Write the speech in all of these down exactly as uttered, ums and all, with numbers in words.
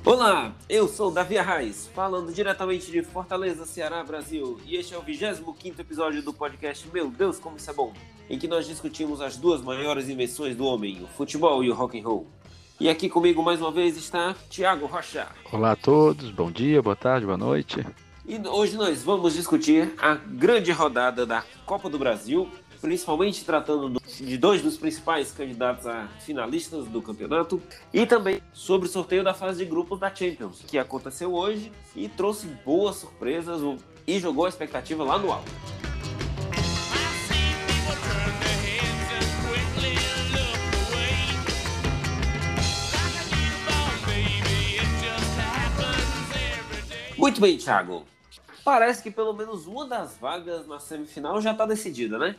Olá, eu sou o Davi Arraes, falando diretamente de Fortaleza, Ceará, Brasil, e este é o vigésimo quinto episódio do podcast Meu Deus, Como Isso é Bom, em que nós discutimos as duas maiores invenções do homem, o futebol e o rock and roll. E aqui comigo mais uma vez está Thiago Rocha. Olá a todos, bom dia, boa tarde, boa noite. E hoje nós vamos discutir a grande rodada da Copa do Brasil, principalmente tratando do, de dois dos principais candidatos a finalistas do campeonato, e também sobre o sorteio da fase de grupos da Champions, que aconteceu hoje e trouxe boas surpresas e jogou a expectativa lá no alto. Muito bem, Thiago. Parece que pelo menos uma das vagas na semifinal já está decidida, né?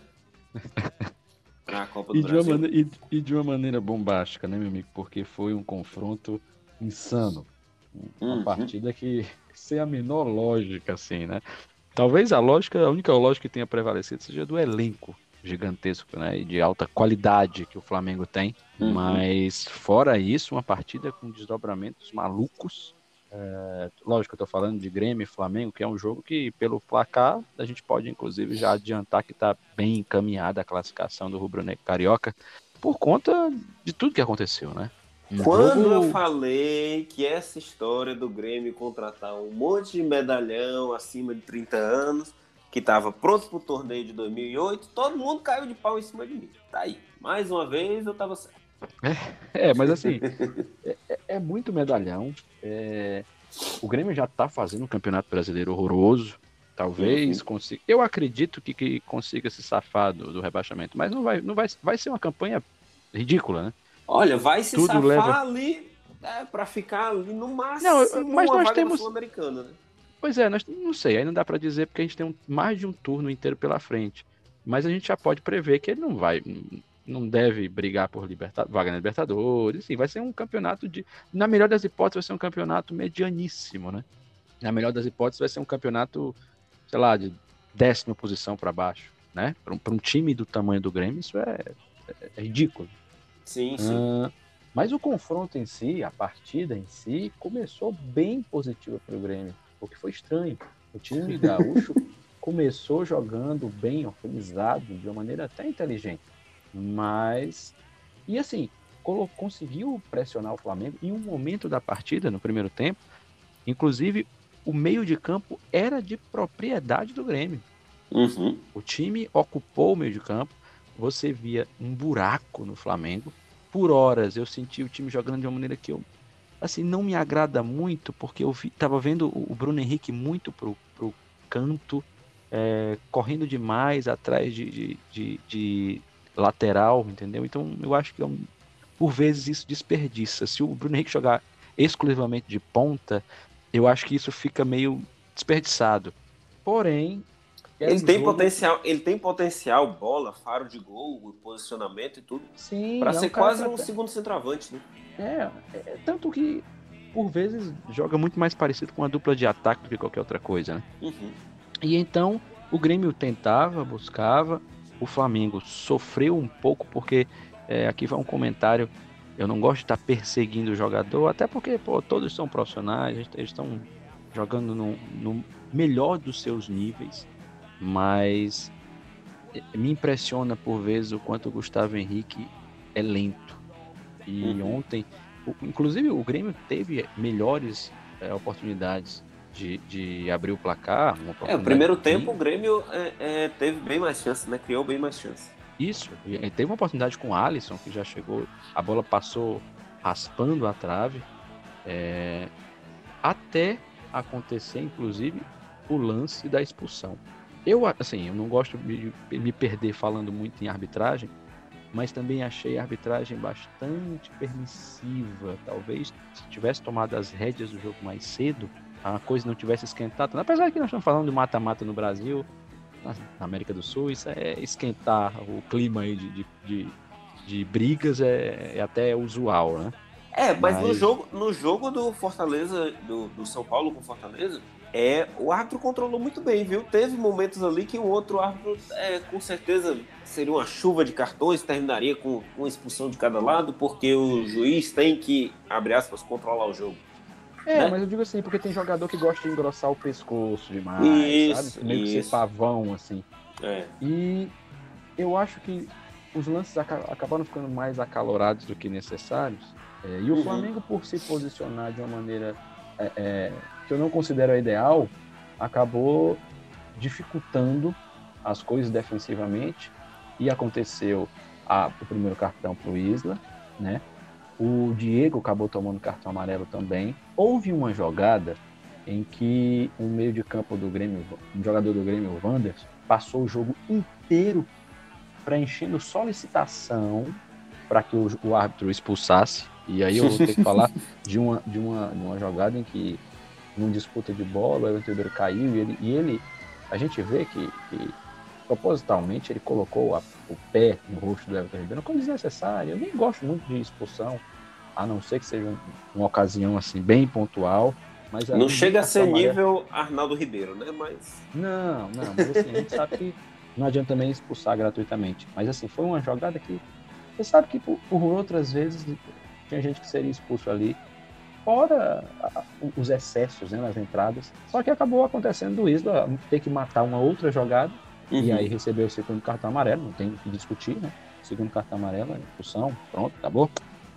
Para a Copa do e, de Brasil. Uma, e, e de uma maneira bombástica, né, meu amigo? Porque foi um confronto insano. Uma Uhum. partida que, sem a menor lógica, assim, né? Talvez a lógica, a única lógica que tenha prevalecido seja do elenco gigantesco, né? E de alta qualidade que o Flamengo tem. Uhum. Mas, fora isso, uma partida com desdobramentos malucos. É, lógico, eu tô falando de Grêmio e Flamengo, que é um jogo que, pelo placar, a gente pode, inclusive, já adiantar que tá bem encaminhada a classificação do rubro-negro carioca, por conta de tudo que aconteceu, né? Um Quando jogo... eu falei que essa história do Grêmio contratar um monte de medalhão acima de trinta anos, que tava pronto pro torneio de dois mil e oito, todo mundo caiu de pau em cima de mim. Tá aí. Mais uma vez eu tava certo. É, é mas assim, é, é muito medalhão. É... O Grêmio já tá fazendo um campeonato brasileiro horroroso. Talvez uhum. consiga. Eu acredito que, que consiga se safar do, do rebaixamento, mas não vai, não vai, vai ser uma campanha ridícula, né? Olha, vai se Tudo safar leva... ali é, para ficar ali no máximo não, mas uma nós vaga temos... sul-americana, né? Pois é, nós não sei, aí não dá para dizer porque a gente tem um, mais de um turno inteiro pela frente. Mas a gente já pode prever que ele não vai, não deve brigar por liberta... vaga na Libertadores, assim, vai ser um campeonato de, na melhor das hipóteses, vai ser um campeonato medianíssimo, né? Na melhor das hipóteses, vai ser um campeonato, sei lá, de décima posição para baixo, né? Para um, um time do tamanho do Grêmio, isso é, é, é ridículo. Sim, sim. Uh, mas o confronto em si, a partida em si, começou bem positiva para o Grêmio, o que foi estranho. O time gaúcho começou jogando bem, organizado, de uma maneira até inteligente. Mas, e assim, conseguiu pressionar o Flamengo em um momento da partida, no primeiro tempo. Inclusive, o meio de campo era de propriedade do Grêmio. Uhum. O time ocupou o meio de campo. Você via um buraco no Flamengo. Por horas, eu senti o time jogando de uma maneira que eu, assim, não me agrada muito, porque eu vi, tava vendo o Bruno Henrique muito pro, pro canto, é, correndo demais atrás de, de, de, de lateral, entendeu? Então, eu acho que, por vezes, isso desperdiça. Se o Bruno Henrique jogar exclusivamente de ponta, eu acho que isso fica meio desperdiçado. Porém, ele tem jogo... potencial, ele tem potencial, bola, faro de gol, posicionamento e tudo. Sim, para é ser um quase que... um segundo centroavante, né? É, é, tanto que por vezes joga muito mais parecido com uma dupla de ataque do que qualquer outra coisa, né? Uhum. E então o Grêmio tentava, buscava, o Flamengo sofreu um pouco porque é, aqui vai um comentário. Eu não gosto de estar perseguindo o jogador, até porque, pô, todos são profissionais, eles estão jogando no, no melhor dos seus níveis, mas me impressiona por vezes o quanto o Gustavo Henrique é lento. E uhum. ontem, o, inclusive o Grêmio teve melhores é, oportunidades de, de abrir o placar. É, o primeiro tempo o Grêmio é, é, teve bem mais chance, né? Criou bem mais chance. Isso, e teve uma oportunidade com o Alisson, que já chegou, a bola passou raspando a trave, é, até acontecer, inclusive, o lance da expulsão. Eu, assim, eu não gosto de me perder falando muito em arbitragem, mas também achei a arbitragem bastante permissiva. Talvez, se tivesse tomado as rédeas do jogo mais cedo, a coisa não tivesse esquentado. Apesar que nós estamos falando de mata-mata no Brasil, na América do Sul, isso é esquentar o clima aí de, de, de, de brigas, é, é até usual, né? É, mas, mas... No, jogo, no jogo do Fortaleza, do, do São Paulo com Fortaleza, é, o árbitro controlou muito bem, viu? Teve momentos ali que o outro árbitro, é, com certeza, seria uma chuva de cartões, terminaria com uma expulsão de cada lado, porque o juiz tem que, abre aspas, controlar o jogo. É, né? mas eu digo assim, porque tem jogador que gosta de engrossar o pescoço demais, Isso, sabe? Meio que ser isso. pavão, assim. É. E eu acho que os lances aca- acabaram ficando mais acalorados do que necessários. É, e o Uhum. Flamengo, por se posicionar de uma maneira é, é, que eu não considero a ideal, acabou dificultando as coisas defensivamente. E aconteceu a- o primeiro cartão para o Isla, né? O Diego acabou tomando cartão amarelo também. Houve uma jogada em que um meio de campo do Grêmio, um jogador do Grêmio, o Wanderson, passou o jogo inteiro preenchendo solicitação para que o, o árbitro expulsasse. E aí eu vou ter que falar de uma, de uma, de uma jogada em que, numa disputa de bola, o Everton Ribeiro caiu e ele, e ele a gente vê que, que propositalmente ele colocou a, o pé no rosto do Everton Ribeiro, coisa desnecessária. Eu nem gosto muito de expulsão, a não ser que seja um, uma ocasião assim bem pontual, mas Não ali nem chega a cartão ser amarelo. nível Arnaldo Ribeiro, né? Mas. Não, não, mas assim, a gente sabe que não adianta também expulsar gratuitamente. Mas assim, foi uma jogada que você sabe que por, por outras vezes tinha gente que seria expulso ali, fora a, os excessos, né, nas entradas. Só que acabou acontecendo do Isla ter que matar uma outra jogada e aí Uhum. recebeu o segundo cartão amarelo, não tem o que discutir, né? Segundo cartão amarelo, é expulsão, pronto, acabou.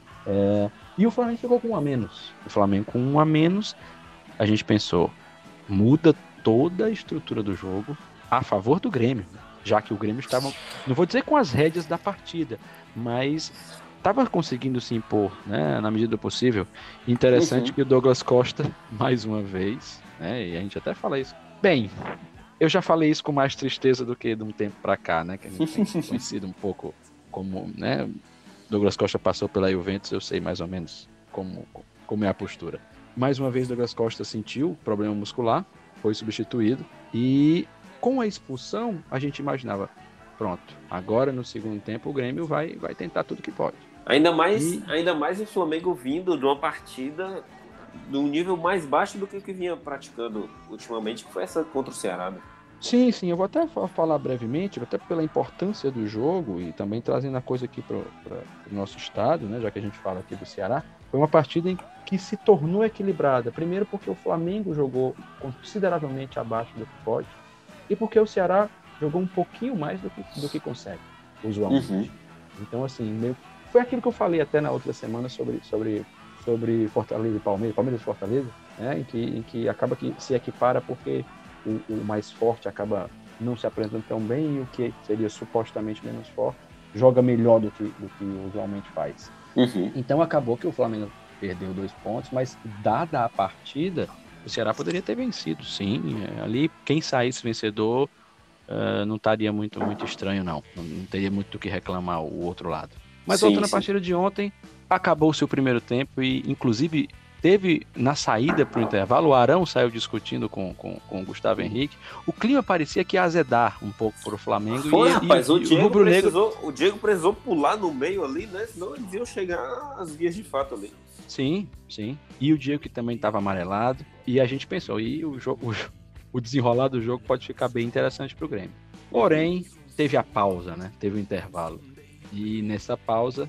É, e o Flamengo ficou com um a menos. O Flamengo com um a menos, a gente pensou, muda toda a estrutura do jogo a favor do Grêmio, já que o Grêmio estava, não vou dizer com as rédeas da partida, mas estava conseguindo se impor, né, na medida do possível. Interessante Uhum. que o Douglas Costa, mais uma vez, né, e a gente até fala isso. Bem, eu já falei isso com mais tristeza do que de um tempo para cá, né, que a gente tem conhecido um pouco como, né, Douglas Costa passou pela Juventus, eu sei mais ou menos como, como é a postura. Mais uma vez, Douglas Costa sentiu problema muscular, foi substituído e com a expulsão a gente imaginava, pronto, agora no segundo tempo o Grêmio vai, vai tentar tudo que pode. Ainda mais, E ainda mais o Flamengo vindo de uma partida de um nível mais baixo do que o que vinha praticando ultimamente, que foi essa contra o Ceará, né? sim, sim, eu vou até falar brevemente, até pela importância do jogo e também trazendo a coisa aqui para o nosso estado, né, já que a gente fala aqui do Ceará, foi uma partida em que se tornou equilibrada. Primeiro porque o Flamengo jogou consideravelmente abaixo do que pode e porque o Ceará jogou um pouquinho mais do que, do que consegue, usualmente. Uhum. Então, assim, meio... foi aquilo que eu falei até na outra semana sobre, sobre, sobre Fortaleza e Palmeiras, Palmeiras e Fortaleza, né, em que, em que acaba que se equipara porque O, o mais forte acaba não se apresentando tão bem e o que seria supostamente menos forte joga melhor do que, do que usualmente faz. Uhum. Então acabou que o Flamengo perdeu dois pontos, mas dada a partida, o Ceará poderia ter vencido, sim. Ali, quem saísse vencedor uh, não estaria muito, muito estranho, não. não. Não teria muito do que reclamar o outro lado. Mas Sim, voltando à sim. partida de ontem, acabou-se o primeiro tempo e, inclusive, teve na saída para o intervalo, o Arão saiu discutindo com, com, com o Gustavo Henrique. O clima parecia que ia azedar um pouco para o Flamengo e, Foi, e, rapaz, o e o Diego rubro-negro. precisou, o Diego precisou pular no meio ali, né? Senão eles iam chegar às vias de fato ali. Sim, sim. E o Diego que também estava amarelado. E a gente pensou, e o, jogo, o, o desenrolar do jogo pode ficar bem interessante para o Grêmio. Porém, teve a pausa, né? Teve o intervalo. E nessa pausa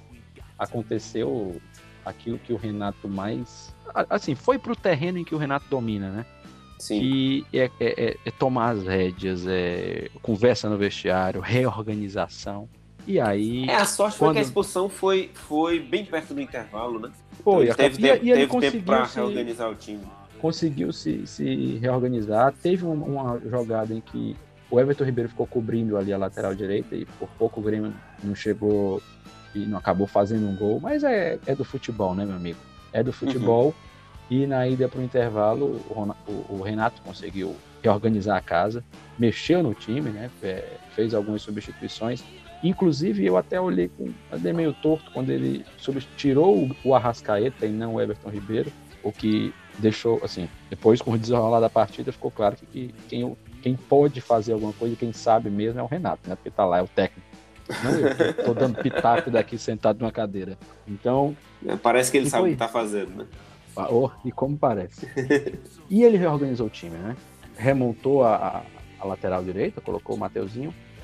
aconteceu aquilo que o Renato mais... Assim, foi pro terreno em que o Renato domina, né? Sim. Que é, é, é tomar as rédeas, é conversa no vestiário, reorganização. E aí... É, a sorte foi quando... que a expulsão foi, foi bem perto do intervalo, né? Foi, então ele teve e, tempo, e ele teve tempo conseguiu para se... reorganizar o time. Conseguiu se, se reorganizar. Teve uma, uma jogada em que o Everton Ribeiro ficou cobrindo ali a lateral direita e por pouco o Grêmio não chegou e não acabou fazendo um gol, mas é, é do futebol, né, meu amigo? É do futebol. Uhum. E na ida para o intervalo, o, o Renato conseguiu reorganizar a casa, mexeu no time, né? Fez algumas substituições. Inclusive, eu até olhei com andei meio torto quando ele tirou o Arrascaeta e não o Everton Ribeiro, o que deixou, assim, depois com o desenrolar da partida, ficou claro que, que quem, quem pode fazer alguma coisa, quem sabe mesmo é o Renato, né? Porque tá lá, é o técnico. Não eu, que tô dando pitaco daqui sentado numa cadeira. Então... Parece que ele sabe o que tá fazendo, né? Oh, e como parece. E ele reorganizou o time, né? Remontou a, a, a lateral direita, colocou o Mateuzinho.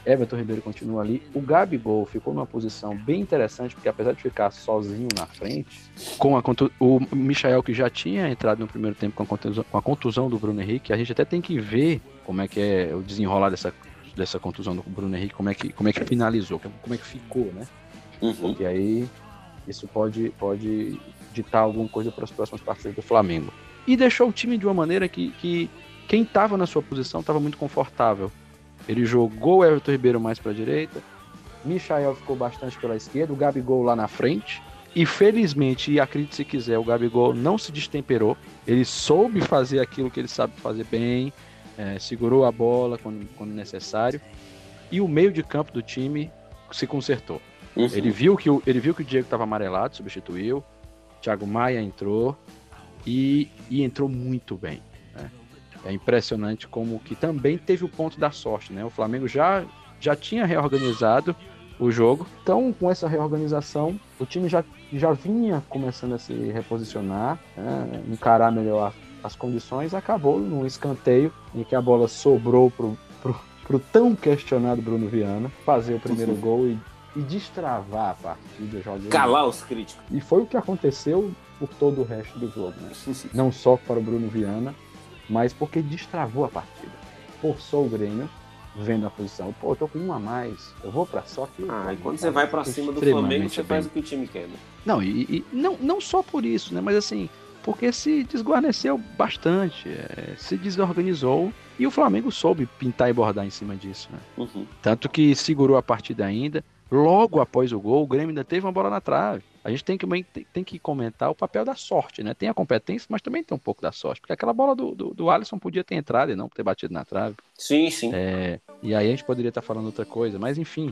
Everton Ribeiro continua ali. O Gabigol ficou numa posição bem interessante, porque apesar de ficar sozinho na frente, com a contu... o Michael, que já tinha entrado no primeiro tempo com a, contusão, com a contusão do Bruno Henrique, a gente até tem que ver como é que é o desenrolar dessa, dessa contusão do Bruno Henrique, como é que, como é que finalizou, como é que ficou, né? Uhum. Porque aí isso pode, pode ditar alguma coisa para as próximas partidas do Flamengo. E deixou o time de uma maneira que, que quem estava na sua posição estava muito confortável. Ele jogou o Everton Ribeiro mais para a direita, Michael ficou bastante pela esquerda, o Gabigol lá na frente. E felizmente, e acredite se quiser, o Gabigol não se destemperou. Ele soube fazer aquilo que ele sabe fazer bem, é, segurou a bola quando, quando necessário. E o meio de campo do time se consertou. Uhum. Ele viu que o, ele viu que o Diego estava amarelado, substituiu. Thiago Maia entrou e, e entrou muito bem. Né? É impressionante como que também teve o ponto da sorte, né? O Flamengo já, já tinha reorganizado o jogo. Então, com essa reorganização, o time já, já vinha começando a se reposicionar, né? Encarar melhor as condições. Acabou num escanteio em que a bola sobrou pro, pro, pro tão questionado Bruno Viana fazer o primeiro uhum. gol e, e destravar a partida. Jogando. Calar os críticos. E foi o que aconteceu por todo o resto do jogo. Né? Não só para o Bruno Viana, mas porque destravou a partida. Forçou o Grêmio, vendo a posição. Pô, eu tô com um a mais, eu vou pra só que... Ah, e quando você vai pra cima do Flamengo, você bem. faz o que o time quer, né? Não, e, e não, não só por isso, né? Mas assim, porque se desguarneceu bastante, é, se desorganizou e o Flamengo soube pintar e bordar em cima disso, né? Uhum. Tanto que segurou a partida ainda. Logo após o gol, o Grêmio ainda teve uma bola na trave. A gente tem que, tem que comentar o papel da sorte, né? Tem a competência, mas também tem um pouco da sorte. Porque aquela bola do, do, do Alisson podia ter entrado e não ter batido na trave. Sim, sim. É, e aí a gente poderia estar falando outra coisa. Mas enfim,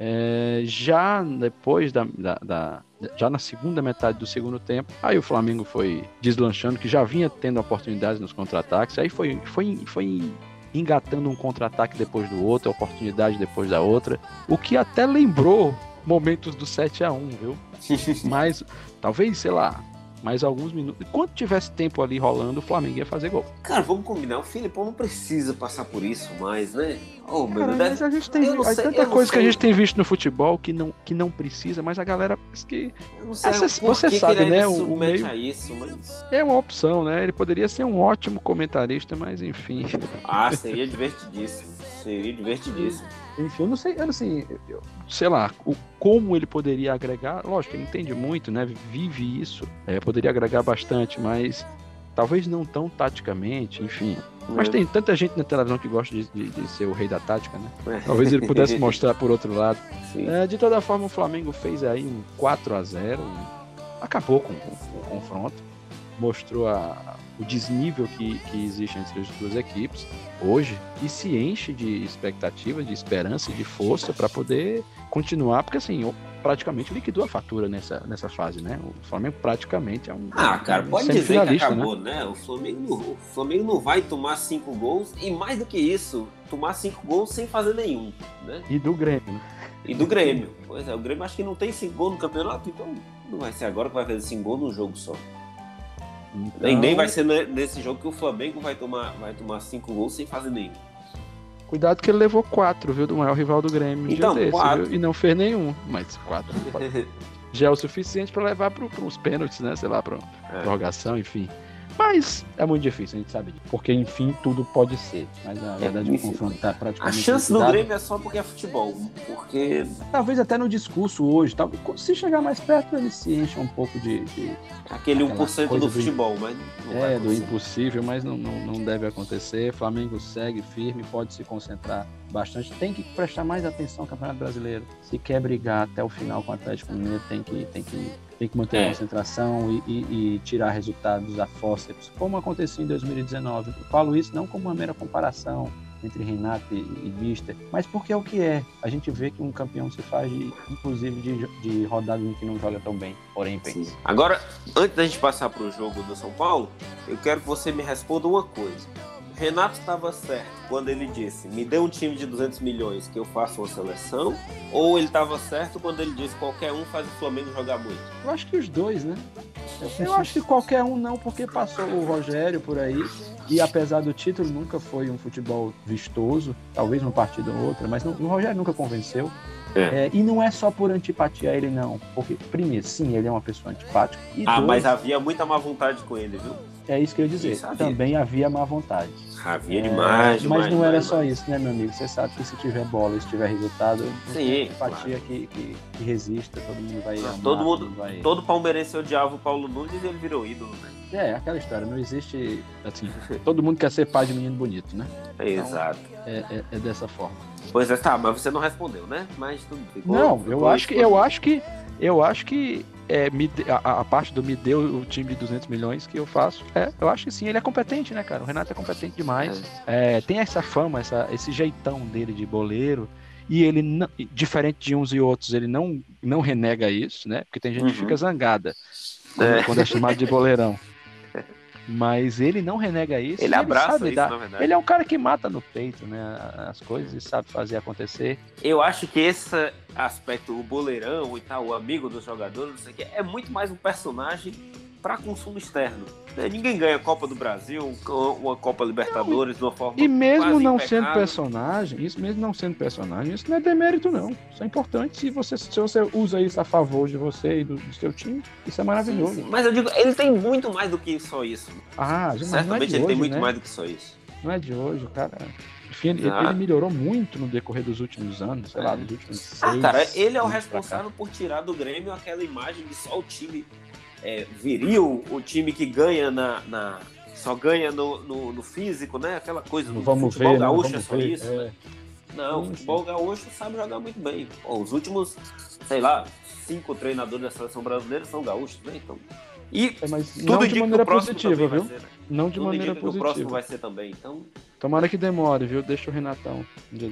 é, já depois da, da, da... já na segunda metade do segundo tempo, aí o Flamengo foi deslanchando, que já vinha tendo oportunidades nos contra-ataques. Aí foi... foi, foi engatando um contra-ataque depois do outro, oportunidade depois da outra, o que até lembrou momentos do sete a um, viu? Mas, talvez, sei lá, mais alguns minutos. Enquanto tivesse tempo ali rolando, o Flamengo ia fazer gol. Cara, vamos combinar, o Filipão não precisa passar por isso mais, né? Oh, meu Cara, Deus. Mas a gente tem eu sei, tanta coisa que a gente tem visto no futebol que não, que não precisa, mas a galera diz que... Eu não sei Essa, por você que sabe, que né? O, o meio... a isso, mas... É uma opção, né? Ele poderia ser um ótimo comentarista, mas enfim. Ah, seria divertidíssimo. Seria divertidíssimo. Enfim, eu não sei, eu não sei, eu, sei lá, o, como ele poderia agregar. Lógico, ele entende muito, né? Vive isso, é, poderia agregar bastante, mas talvez não tão taticamente, enfim. Mas é. Tem tanta gente na televisão que gosta de, de, de ser o rei da tática, né? Talvez ele pudesse mostrar por outro lado. É, de toda forma, o Flamengo fez aí um quatro a zero, acabou com, com, com o confronto, mostrou a, o desnível que, que existe entre as duas equipes hoje e se enche de expectativa, de esperança e de força para poder continuar, porque assim, praticamente liquidou a fatura nessa, nessa fase, né? O Flamengo praticamente é um Ah, cara, um pode dizer que acabou, né? né? O, Flamengo não, o Flamengo não vai tomar cinco gols e mais do que isso, tomar cinco gols sem fazer nenhum, né? E do Grêmio. E do Grêmio. Pois é, o Grêmio acho que não tem cinco gols no campeonato, então não vai ser agora que vai fazer cinco gols num jogo só. Então... E nem vai ser nesse jogo que o Flamengo vai tomar, vai tomar cinco gols sem fazer nenhum. Cuidado que ele levou quatro, viu? Do maior rival do Grêmio. Então, desse, quatro. Viu? E não fez nenhum. Mas quatro. Já é o suficiente para levar para os pênaltis, né? Sei lá, para é. prorrogação, enfim. Mas é muito difícil, a gente sabe disso. Porque, enfim, tudo pode ser. Mas na verdade, é, o confronto está praticamente... A chance do Grêmio é só porque é futebol. Porque... Talvez até no discurso hoje, talvez, se chegar mais perto, ele se encha um pouco de... de Aquele um por cento do futebol, do... mas não É, do impossível, mas não, não, não deve acontecer. Flamengo segue firme, pode se concentrar bastante. Tem que prestar mais atenção no Campeonato Brasileiro. Se quer brigar até o final com o Atlético Mineiro, tem que... Tem que Tem que manter é. a concentração e, e, e tirar resultados a fórceps, como aconteceu em dois mil e dezenove. Eu falo isso não como uma mera comparação entre Renato e, e Mister, mas porque é o que é. A gente vê que um campeão se faz, de, inclusive, de, de rodadas em que não joga tão bem, porém vence. Agora, antes da gente passar para o jogo do São Paulo, eu quero que você me responda uma coisa. Renato estava certo quando ele disse, me dê um time de duzentos milhões que eu faça uma seleção, ou ele estava certo quando ele disse, qualquer um faz o Flamengo jogar muito? Eu acho que os dois, né? Eu acho que qualquer um não, porque passou o Rogério por aí, e apesar do título, nunca foi um futebol vistoso, talvez uma partida ou outra, mas não, o Rogério nunca convenceu. É. É, e não é só por antipatia a ele, não. Porque, primeiro, sim, ele é uma pessoa antipática. E ah, dois, mas havia muita má vontade com ele, viu? É isso que eu ia dizer. Também havia má vontade. Havia é, demais, demais. Mas não demais, era demais. só isso, né, meu amigo? Você sabe que se tiver bola e se tiver resultado, não sim, tem antipatia claro. que, que, que resista, todo mundo vai amar. Todo, mundo, vai... todo palmeirense odiava o Paulo Nunes e ele virou ídolo, né? É, aquela história, não existe, assim, todo mundo quer ser pai de menino bonito, né? É, então, exato. É, é, é dessa forma. Pois é, tá, mas você não respondeu, né? Mas tudo ficou, Não, ficou eu acho que, eu acho que, eu acho que é, me, a, a parte do me deu o time de duzentos milhões que eu faço, é, eu acho que sim, ele é competente, né, cara? O Renato é competente demais. É. É, tem essa fama, essa, esse jeitão dele de boleiro. E ele, não, diferente de uns e outros, ele não, não renega isso, né? Porque tem gente uhum. que fica zangada quando é, quando é chamado de boleirão. Mas ele não renega isso. Ele abraça ele sabe isso, dar, na verdade. Ele é um cara que mata no peito, né? As coisas e sabe fazer acontecer. Eu acho que esse aspecto, o boleirão e tal, o amigo dos jogadores, não sei o que, é muito mais um personagem para consumo externo. Ninguém ganha a Copa do Brasil, uma Copa Libertadores não, de uma forma E mesmo não impecável. sendo personagem, isso mesmo não sendo personagem, isso não é demérito, não. Isso é importante se você, se você usa isso a favor de você e do, do seu time, isso é maravilhoso. Sim, sim. Mas eu digo, ele tem muito mais do que só isso. Ah, mas certamente não é de ele hoje, tem muito né? mais do que só isso. Não é de hoje, cara. Enfim, ele, ele melhorou muito no decorrer dos últimos anos, sei é. lá, dos últimos seis. Ah, cara, ele é o responsável por tirar do Grêmio aquela imagem de só o time É, viril, o time que ganha na, na só ganha no, no, no físico, né? Aquela coisa do vamos futebol ver, gaúcho não, é só ver, isso, é. né? Não, o futebol gaúcho sabe jogar muito bem. Pô, os últimos, sei lá, cinco treinadores da seleção brasileira são gaúchos, né? Então, e é, mas tudo não de maneira positiva, viu? Ser, né? Não de tudo maneira positiva. positiva. O próximo vai ser também, então. Tomara que demore, viu? Deixa o Renatão.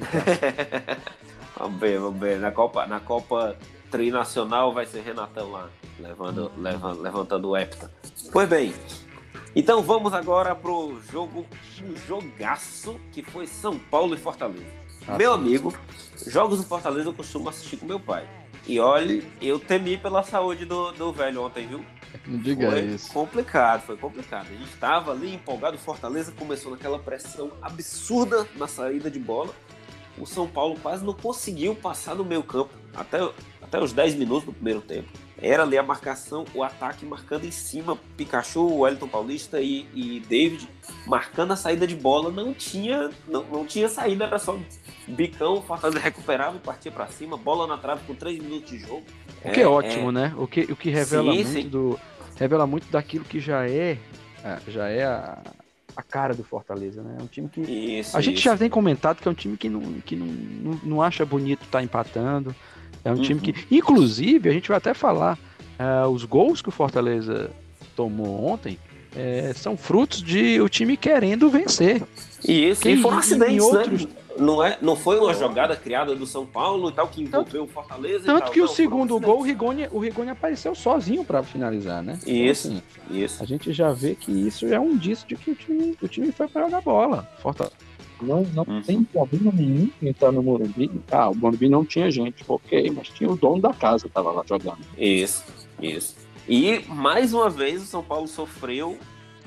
Vamos ver, vamos ver. Na Copa, na Copa Trinacional vai ser Renatão lá, levando, levando, levantando o hepta. Pois bem, então vamos agora pro jogo, um jogaço que foi São Paulo e Fortaleza. Ah, meu sim. amigo, jogos do Fortaleza eu costumo assistir com meu pai. E olha, eu temi pela saúde do, do velho ontem, viu? Não diga foi isso. Foi complicado, foi complicado. A gente tava ali empolgado, o Fortaleza começou naquela pressão absurda na saída de bola. O São Paulo quase não conseguiu passar no meio campo, até, até os dez minutos do primeiro tempo. Era ali a marcação, o ataque marcando em cima, Pikachu, Wellington Paulista e, e David, marcando a saída de bola, não tinha, não, não tinha saída, era só bicão, o Fortaleza recuperava e partia para cima, bola na trave com três minutos de jogo. O que é, é ótimo, é... né? O que, o que revela, sim, muito sim. Do, revela muito daquilo que já é, já é a... a cara do Fortaleza, né? É um time que... Isso, a gente isso. já tem comentado que é um time que não, que não, não, não acha bonito estar empatando. É um uhum. time que... Inclusive, a gente vai até falar, uh, os gols que o Fortaleza tomou ontem uh, são frutos de o time querendo vencer. E isso, e foram acidentes, outros... né? Não, é, não foi uma jogada criada do São Paulo e tal, que envolveu tanto, o Fortaleza Tanto e tal, que não, o segundo gol, o Rigoni, o Rigoni apareceu sozinho para finalizar, né? Isso, então, assim, isso. A gente já vê que isso é um indício de que o time, o time foi para jogar bola. Fortaleza. Não, não uhum. tem problema nenhum em entrar no Morumbi. Ah, o Morumbi não tinha gente, ok, mas tinha o dono da casa que estava lá jogando. Isso, isso. E, mais uma vez, o São Paulo sofreu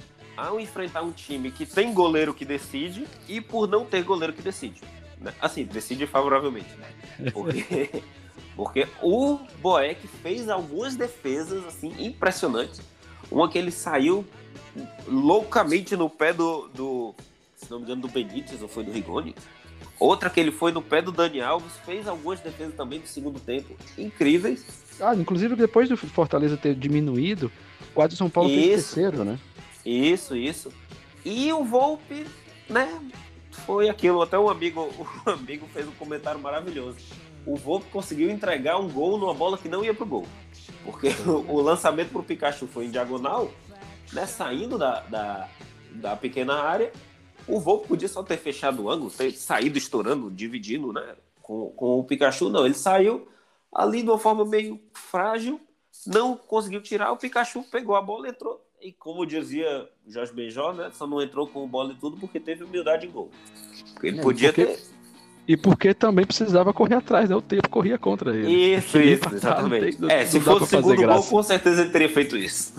ao enfrentar um time que tem goleiro que decide e por não ter goleiro que decide. Né? Assim, decide favoravelmente. Né? Porque, porque o Boeck fez algumas defesas assim, impressionantes. Uma que ele saiu loucamente no pé do, do se não me engano, do Benítez ou foi do Rigoni. Outra que ele foi no pé do Dani Alves, fez algumas defesas também do segundo tempo incríveis. Ah, inclusive depois do Fortaleza ter diminuído, quase o São Paulo isso. fez terceiro, né? Isso, isso. E o Volpe, né, foi aquilo. Até um amigo, um amigo fez um comentário maravilhoso. O Volpe conseguiu entregar um gol numa bola que não ia pro gol. Porque o, o lançamento pro Pikachu foi em diagonal, né, saindo da, da, da pequena área. O Volpe podia só ter fechado o ângulo, ter saído estourando, dividindo, né, com, com o Pikachu. Não, ele saiu ali de uma forma meio frágil, não conseguiu tirar, o Pikachu pegou a bola e entrou. E como dizia Jorge Benjó, né, só não entrou com bola e tudo porque teve humildade em gol. Porque ele é, podia porque... ter... E porque também precisava correr atrás, né? O tempo corria contra ele. Isso, isso, exatamente. Não, é, se fosse o segundo gol, com certeza ele teria feito isso.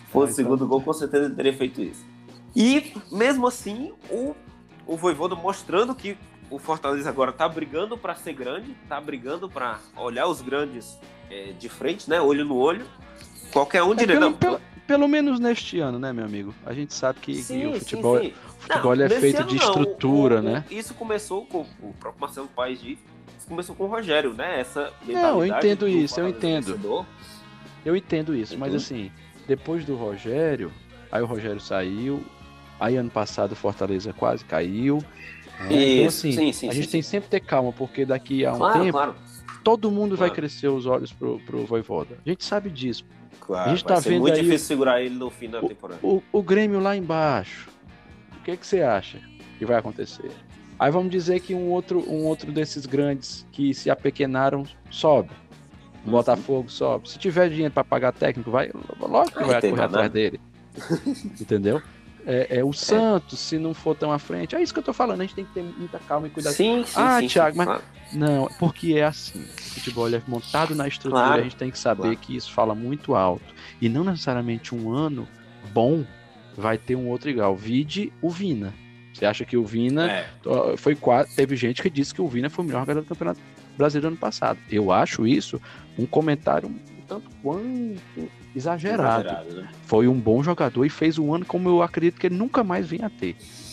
fosse o segundo gol, com certeza ele teria feito isso. E, mesmo assim, o, o Vojvoda mostrando que o Fortaleza agora tá brigando para ser grande, tá brigando para olhar os grandes é, de frente, né? Olho no olho. Qualquer um É, diria, pelo, não, pelo, pelo menos neste ano, né, meu amigo? A gente sabe que, sim, que o sim, futebol, sim. o futebol Não, é nesse feito ano de não. estrutura, O- o- né? Isso começou com o próprio Marcelo Paes disse, isso começou com o Rogério, né? Essa Não, eu mentalidade entendo do isso, eu Fortaleza entendo. vencedor. Eu entendo isso, mas Uhum. assim, depois do Rogério, aí o Rogério saiu, aí ano passado o Fortaleza quase caiu. Né? Então, Isso, assim, sim, sim, a sim, gente tem sim. sempre que ter calma, porque daqui a um Claro, tempo, claro, todo mundo vai claro, crescer os olhos pro, pro Vojvoda. A gente sabe disso. A claro. gente Vai tá ser vendo muito aí difícil segurar ele no fim da o, temporada. o, o Grêmio lá embaixo. O que, que você acha que vai acontecer? Aí vamos dizer que um outro, um outro desses grandes que se apequenaram sobe. O Uhum. Botafogo sobe. Se tiver dinheiro para pagar técnico, vai, lógico que Aí vai tem correr nada. atrás dele. Entendeu? É, é o Santos, se não for tão à frente. É isso que eu tô falando. A gente tem que ter muita calma e cuidado. Sim, sim, ah, sim, Thiago, sim, mas claro. não, porque é assim. O futebol é montado na estrutura, Claro, a gente tem que saber claro. que isso fala muito alto. E não necessariamente um ano bom vai ter um outro igual. Vide o Vina. Você acha que o Vina É. foi quase. Teve gente que disse que o Vina foi o melhor jogador do Campeonato Brasileiro ano passado. Eu acho isso um comentário um tanto quanto exagerado. Exagerado, né? Foi um bom jogador e fez um ano como eu acredito que ele nunca mais venha a ter.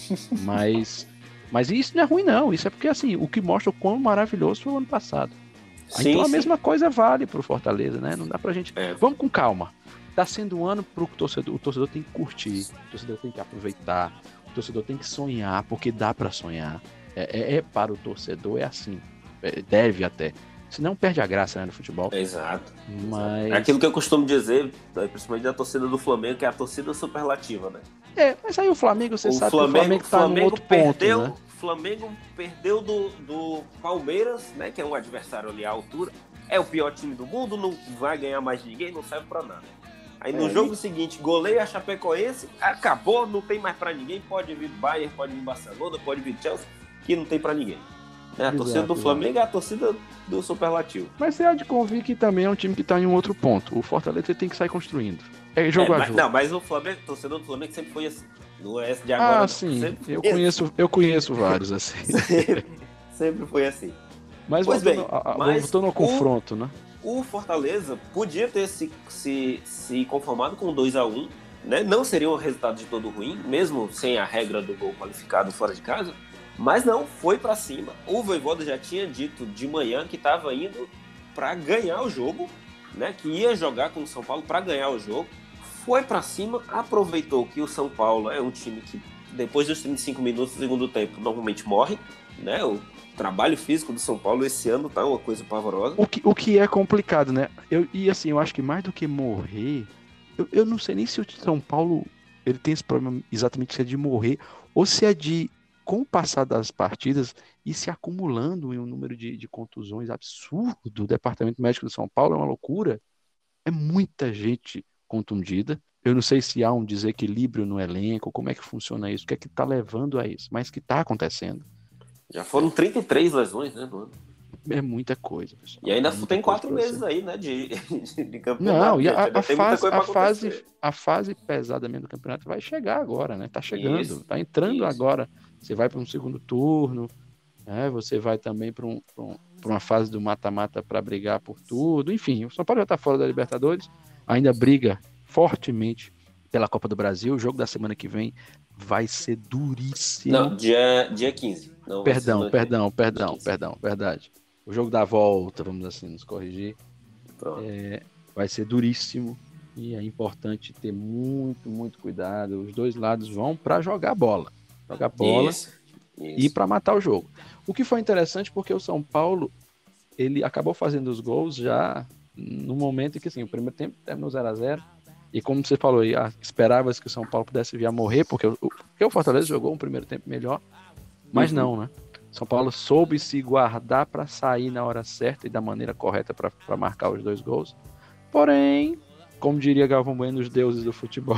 Mas, mas isso não é ruim, não. Isso é porque assim, o que mostra o quão maravilhoso foi o ano passado. Sim, então a sim. mesma coisa vale pro Fortaleza, né? Não dá pra gente. É. Vamos com calma. Tá sendo um ano pro torcedor. O torcedor tem que curtir, o torcedor tem que aproveitar, o torcedor tem que sonhar, porque dá pra sonhar. É, é, é para o torcedor, é assim. É, deve até. Senão perde a graça, né, no futebol. Exato. Mas... É aquilo que eu costumo dizer, principalmente da torcida do Flamengo, que é a torcida superlativa, né? É, mas aí o Flamengo, você o sabe Flamengo, que o Flamengo tá Flamengo num outro perdeu, ponto, né? Flamengo perdeu do, do Palmeiras, né? Que é um adversário ali à altura. É o pior time do mundo, não vai ganhar mais de ninguém, não serve pra nada. Aí no É, jogo e... seguinte, goleia a Chapecoense, acabou, não tem mais pra ninguém, pode vir Bayern, pode vir Barcelona, pode vir Chelsea, que não tem pra ninguém. É, a Exato, torcida do exato. Flamengo é a torcida do superlativo. Mas você há de convir que também é um time que tá em um outro ponto. O Fortaleza tem que sair construindo. É jogo É, a mas, jogo. não, mas o Flamengo, o torcedor do Flamengo sempre foi assim. Não é esse de agora, Ah, não. sim. Sempre Eu foi conheço, eu conheço vários, assim. sempre, sempre foi assim. Mas Pois voltando, bem, a- a- mas voltando ao o- confronto, né? O Fortaleza podia ter se, se, se conformado com dois a um, né? Não seria um resultado de todo ruim, mesmo sem a regra do gol qualificado fora de casa. Mas não, foi pra cima. O Vojvoda já tinha dito de manhã que estava indo para ganhar o jogo, né? Que ia jogar com o São Paulo para ganhar o jogo. Foi pra cima, aproveitou que o São Paulo é um time que depois dos trinta e cinco minutos do segundo tempo normalmente morre, né? O trabalho físico do São Paulo esse ano tá uma coisa pavorosa. O que, o que é complicado, né? Eu, e assim, eu acho que mais do que morrer, eu, eu não sei nem se o São Paulo ele tem esse problema exatamente se é de morrer ou se é de, com o passar das partidas, ir se acumulando em um número de, de contusões absurdo. O departamento médico do São Paulo é uma loucura. É muita gente contundida. Eu não sei se há um desequilíbrio no elenco, como é que funciona isso, o que é que está levando a isso, mas que está acontecendo. Já foram trinta e três lesões, né, no ano. É muita coisa, pessoal. E ainda É muita tem coisa quatro pra meses você. aí, né, de, de, de campeonato. Não, e gente, a, ainda a tem muita fase, coisa a, pra acontecer. fase, a fase pesada mesmo do campeonato vai chegar agora, né? Tá chegando, Isso, tá entrando isso. agora. Você vai para um segundo turno, né? Você vai também para um, pra um, pra uma fase do mata-mata para brigar por tudo. Enfim, o São Paulo já tá fora da Libertadores, ainda briga fortemente pela Copa do Brasil. O jogo da semana que vem vai ser duríssimo. Não, dia, dia quinze. Não, vai ser Perdão, semana que vem. perdão, perdão, quinze. perdão, verdade. O jogo da volta, vamos assim, nos corrigir, Pronto. é, vai ser duríssimo e é importante ter muito, muito cuidado. Os dois lados vão para jogar bola, jogar bola Isso, e isso. para matar o jogo. O que foi interessante porque o São Paulo ele acabou fazendo os gols já no momento em que assim, o primeiro tempo terminou zero a zero e como você falou, ah, esperava-se que o São Paulo pudesse vir a morrer porque o, porque o Fortaleza jogou um primeiro tempo melhor, mas Uhum. não, né? São Paulo soube se guardar para sair na hora certa e da maneira correta para marcar os dois gols. Porém, como diria Galvão Bueno, os deuses do futebol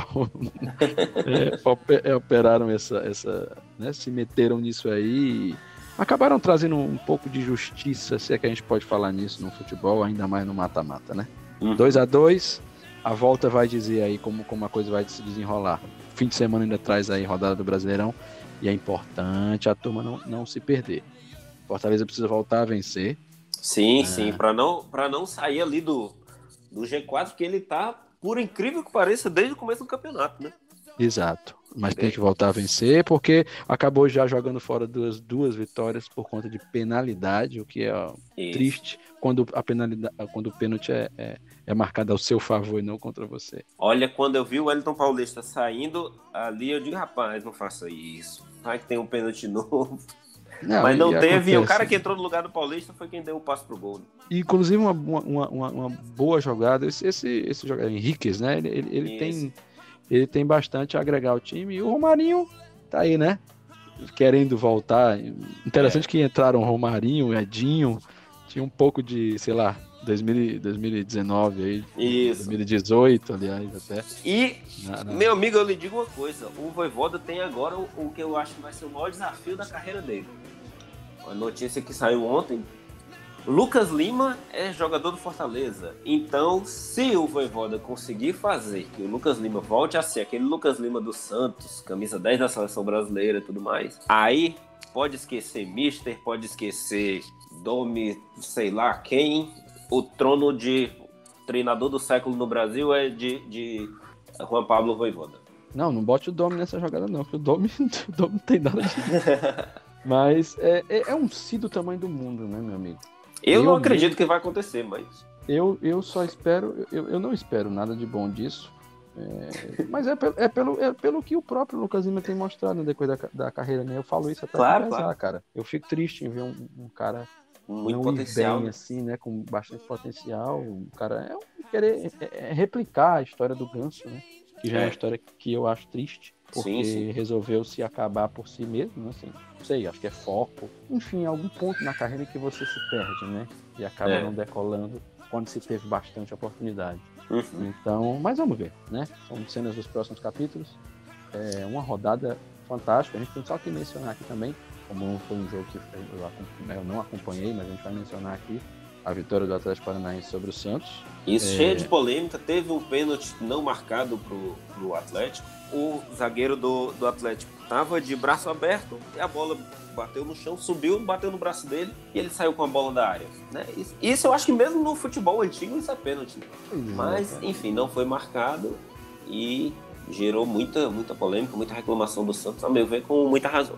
é, operaram essa, essa né, se meteram nisso aí e acabaram trazendo um pouco de justiça, se é que a gente pode falar nisso no futebol, ainda mais no mata-mata, né? Uhum. dois a dois, a volta vai dizer aí como, como a coisa vai se desenrolar. Fim de semana ainda traz aí rodada do Brasileirão e é importante a turma não, não se perder. Fortaleza precisa voltar a vencer. Sim, é... sim, para não, para não sair ali do, do G quatro, que ele tá, por incrível que pareça, desde o começo do campeonato, né? Exato, mas tem que voltar a vencer porque acabou já jogando fora duas, duas vitórias por conta de penalidade, o que é ó, triste quando a penalidade, quando o pênalti é, é, é marcado ao seu favor e não contra você. Olha, quando eu vi o Wellington Paulista saindo ali, eu digo, rapaz, não faça isso, vai que tem um pênalti novo. Não, mas não teve, acontece. E o cara que entrou no lugar do Paulista foi quem deu o passo pro gol. Inclusive uma, uma, uma, uma boa jogada, esse, esse, esse jogador, Henriquez, né, ele, ele, ele tem... Ele tem bastante a agregar ao time. E o Romarinho tá aí, né? Querendo voltar. Interessante é. que entraram o Romarinho, o Edinho. Tinha um pouco de, sei lá, dois mil, dois mil e dezenove aí. Isso. dois mil e dezoito, aliás, até. E, na, na... meu amigo, eu lhe digo uma coisa. O Vojvoda tem agora o, o que eu acho que vai ser o maior desafio da carreira dele. A notícia que saiu ontem. Lucas Lima é jogador do Fortaleza. Então, se o Vojvoda conseguir fazer que o Lucas Lima volte a ser aquele Lucas Lima do Santos, camisa dez da seleção brasileira e tudo mais, aí pode esquecer Mister, pode esquecer Domi, sei lá quem. O trono de treinador do século no Brasil é de, de Juan Pablo Vojvoda. Não, não bote o Domi nessa jogada não, porque o Domi, o Domi não tem nada disso. Mas é, é, é um si do tamanho do mundo, né, meu amigo? Eu, eu não acredito que vai acontecer, mas... Eu, eu só espero... Eu, eu não espero nada de bom disso. É, mas é, pelo, é, pelo, é pelo que o próprio Lucas Lima tem mostrado no decorrer da, da carreira, né? Eu falo isso até claro, pra pesar, claro. cara. Eu fico triste em ver um, um cara muito não potencial, ir bem, né? assim, né? Com bastante potencial. O cara é um, querer é, é replicar a história do Ganso, né? Que já é, é uma história que eu acho triste. Porque sim, sim. resolveu se acabar por si mesmo, né? Assim, não sei, acho que é foco. Enfim, algum ponto na carreira que você se perde, né? E acaba é. não decolando quando se teve bastante oportunidade. Uhum. Então, mas vamos ver, né? São cenas dos próximos capítulos. É uma rodada fantástica. A gente tem só que mencionar aqui também, como foi um jogo que eu não acompanhei, mas a gente vai mencionar aqui a vitória do Atlético Paranaense sobre o Santos. Isso, é... cheia de polêmica. Teve um pênalti não marcado pro, pro Atlético. O zagueiro do, do Atlético estava de braço aberto e a bola bateu no chão, subiu, bateu no braço dele e ele saiu com a bola da área. Né? Isso, isso eu acho que mesmo no futebol antigo isso é pênalti. Uhum, Mas, cara. enfim, não foi marcado e gerou muita, muita polêmica, muita reclamação do Santos, a meu ver, com muita razão.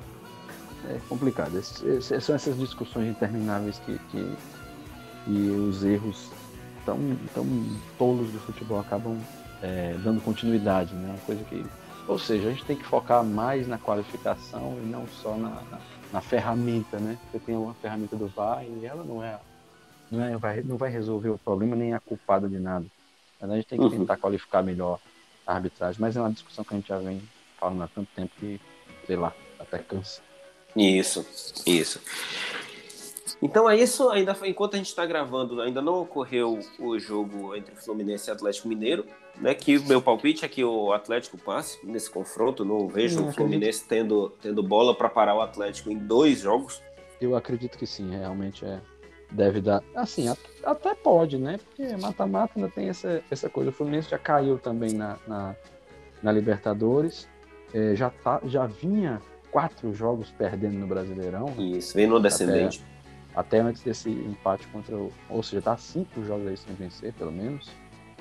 É complicado. Esse, esse, são essas discussões intermináveis que, que, que os erros tão, tão tolos do futebol acabam é, dando continuidade, né? Uma coisa que... Ou seja, a gente tem que focar mais na qualificação e não só na, na, na ferramenta, né? Você tem uma ferramenta do V A R e ela não é, não, é, vai, não vai resolver o problema nem a culpada de nada. Mas a gente tem que tentar uhum. qualificar melhor a arbitragem. Mas é uma discussão que a gente já vem falando há tanto tempo que, sei lá, até cansa. Isso, isso. Então é isso, ainda enquanto a gente está gravando, ainda não ocorreu o jogo entre Fluminense e Atlético Mineiro, né? Que o meu palpite é que o Atlético passe nesse confronto. Não vejo sim, o Fluminense tendo, tendo bola para parar o Atlético em dois jogos. Eu acredito que sim, realmente é. Deve dar. Assim, até pode, né? Porque mata-mata ainda tem essa, essa coisa. O Fluminense já caiu também na, na, na Libertadores, é, já, tá, já vinha quatro jogos perdendo no Brasileirão. Isso, vem no descendente. Até, até antes desse empate contra o... Ou seja, tá cinco jogos aí sem vencer, pelo menos.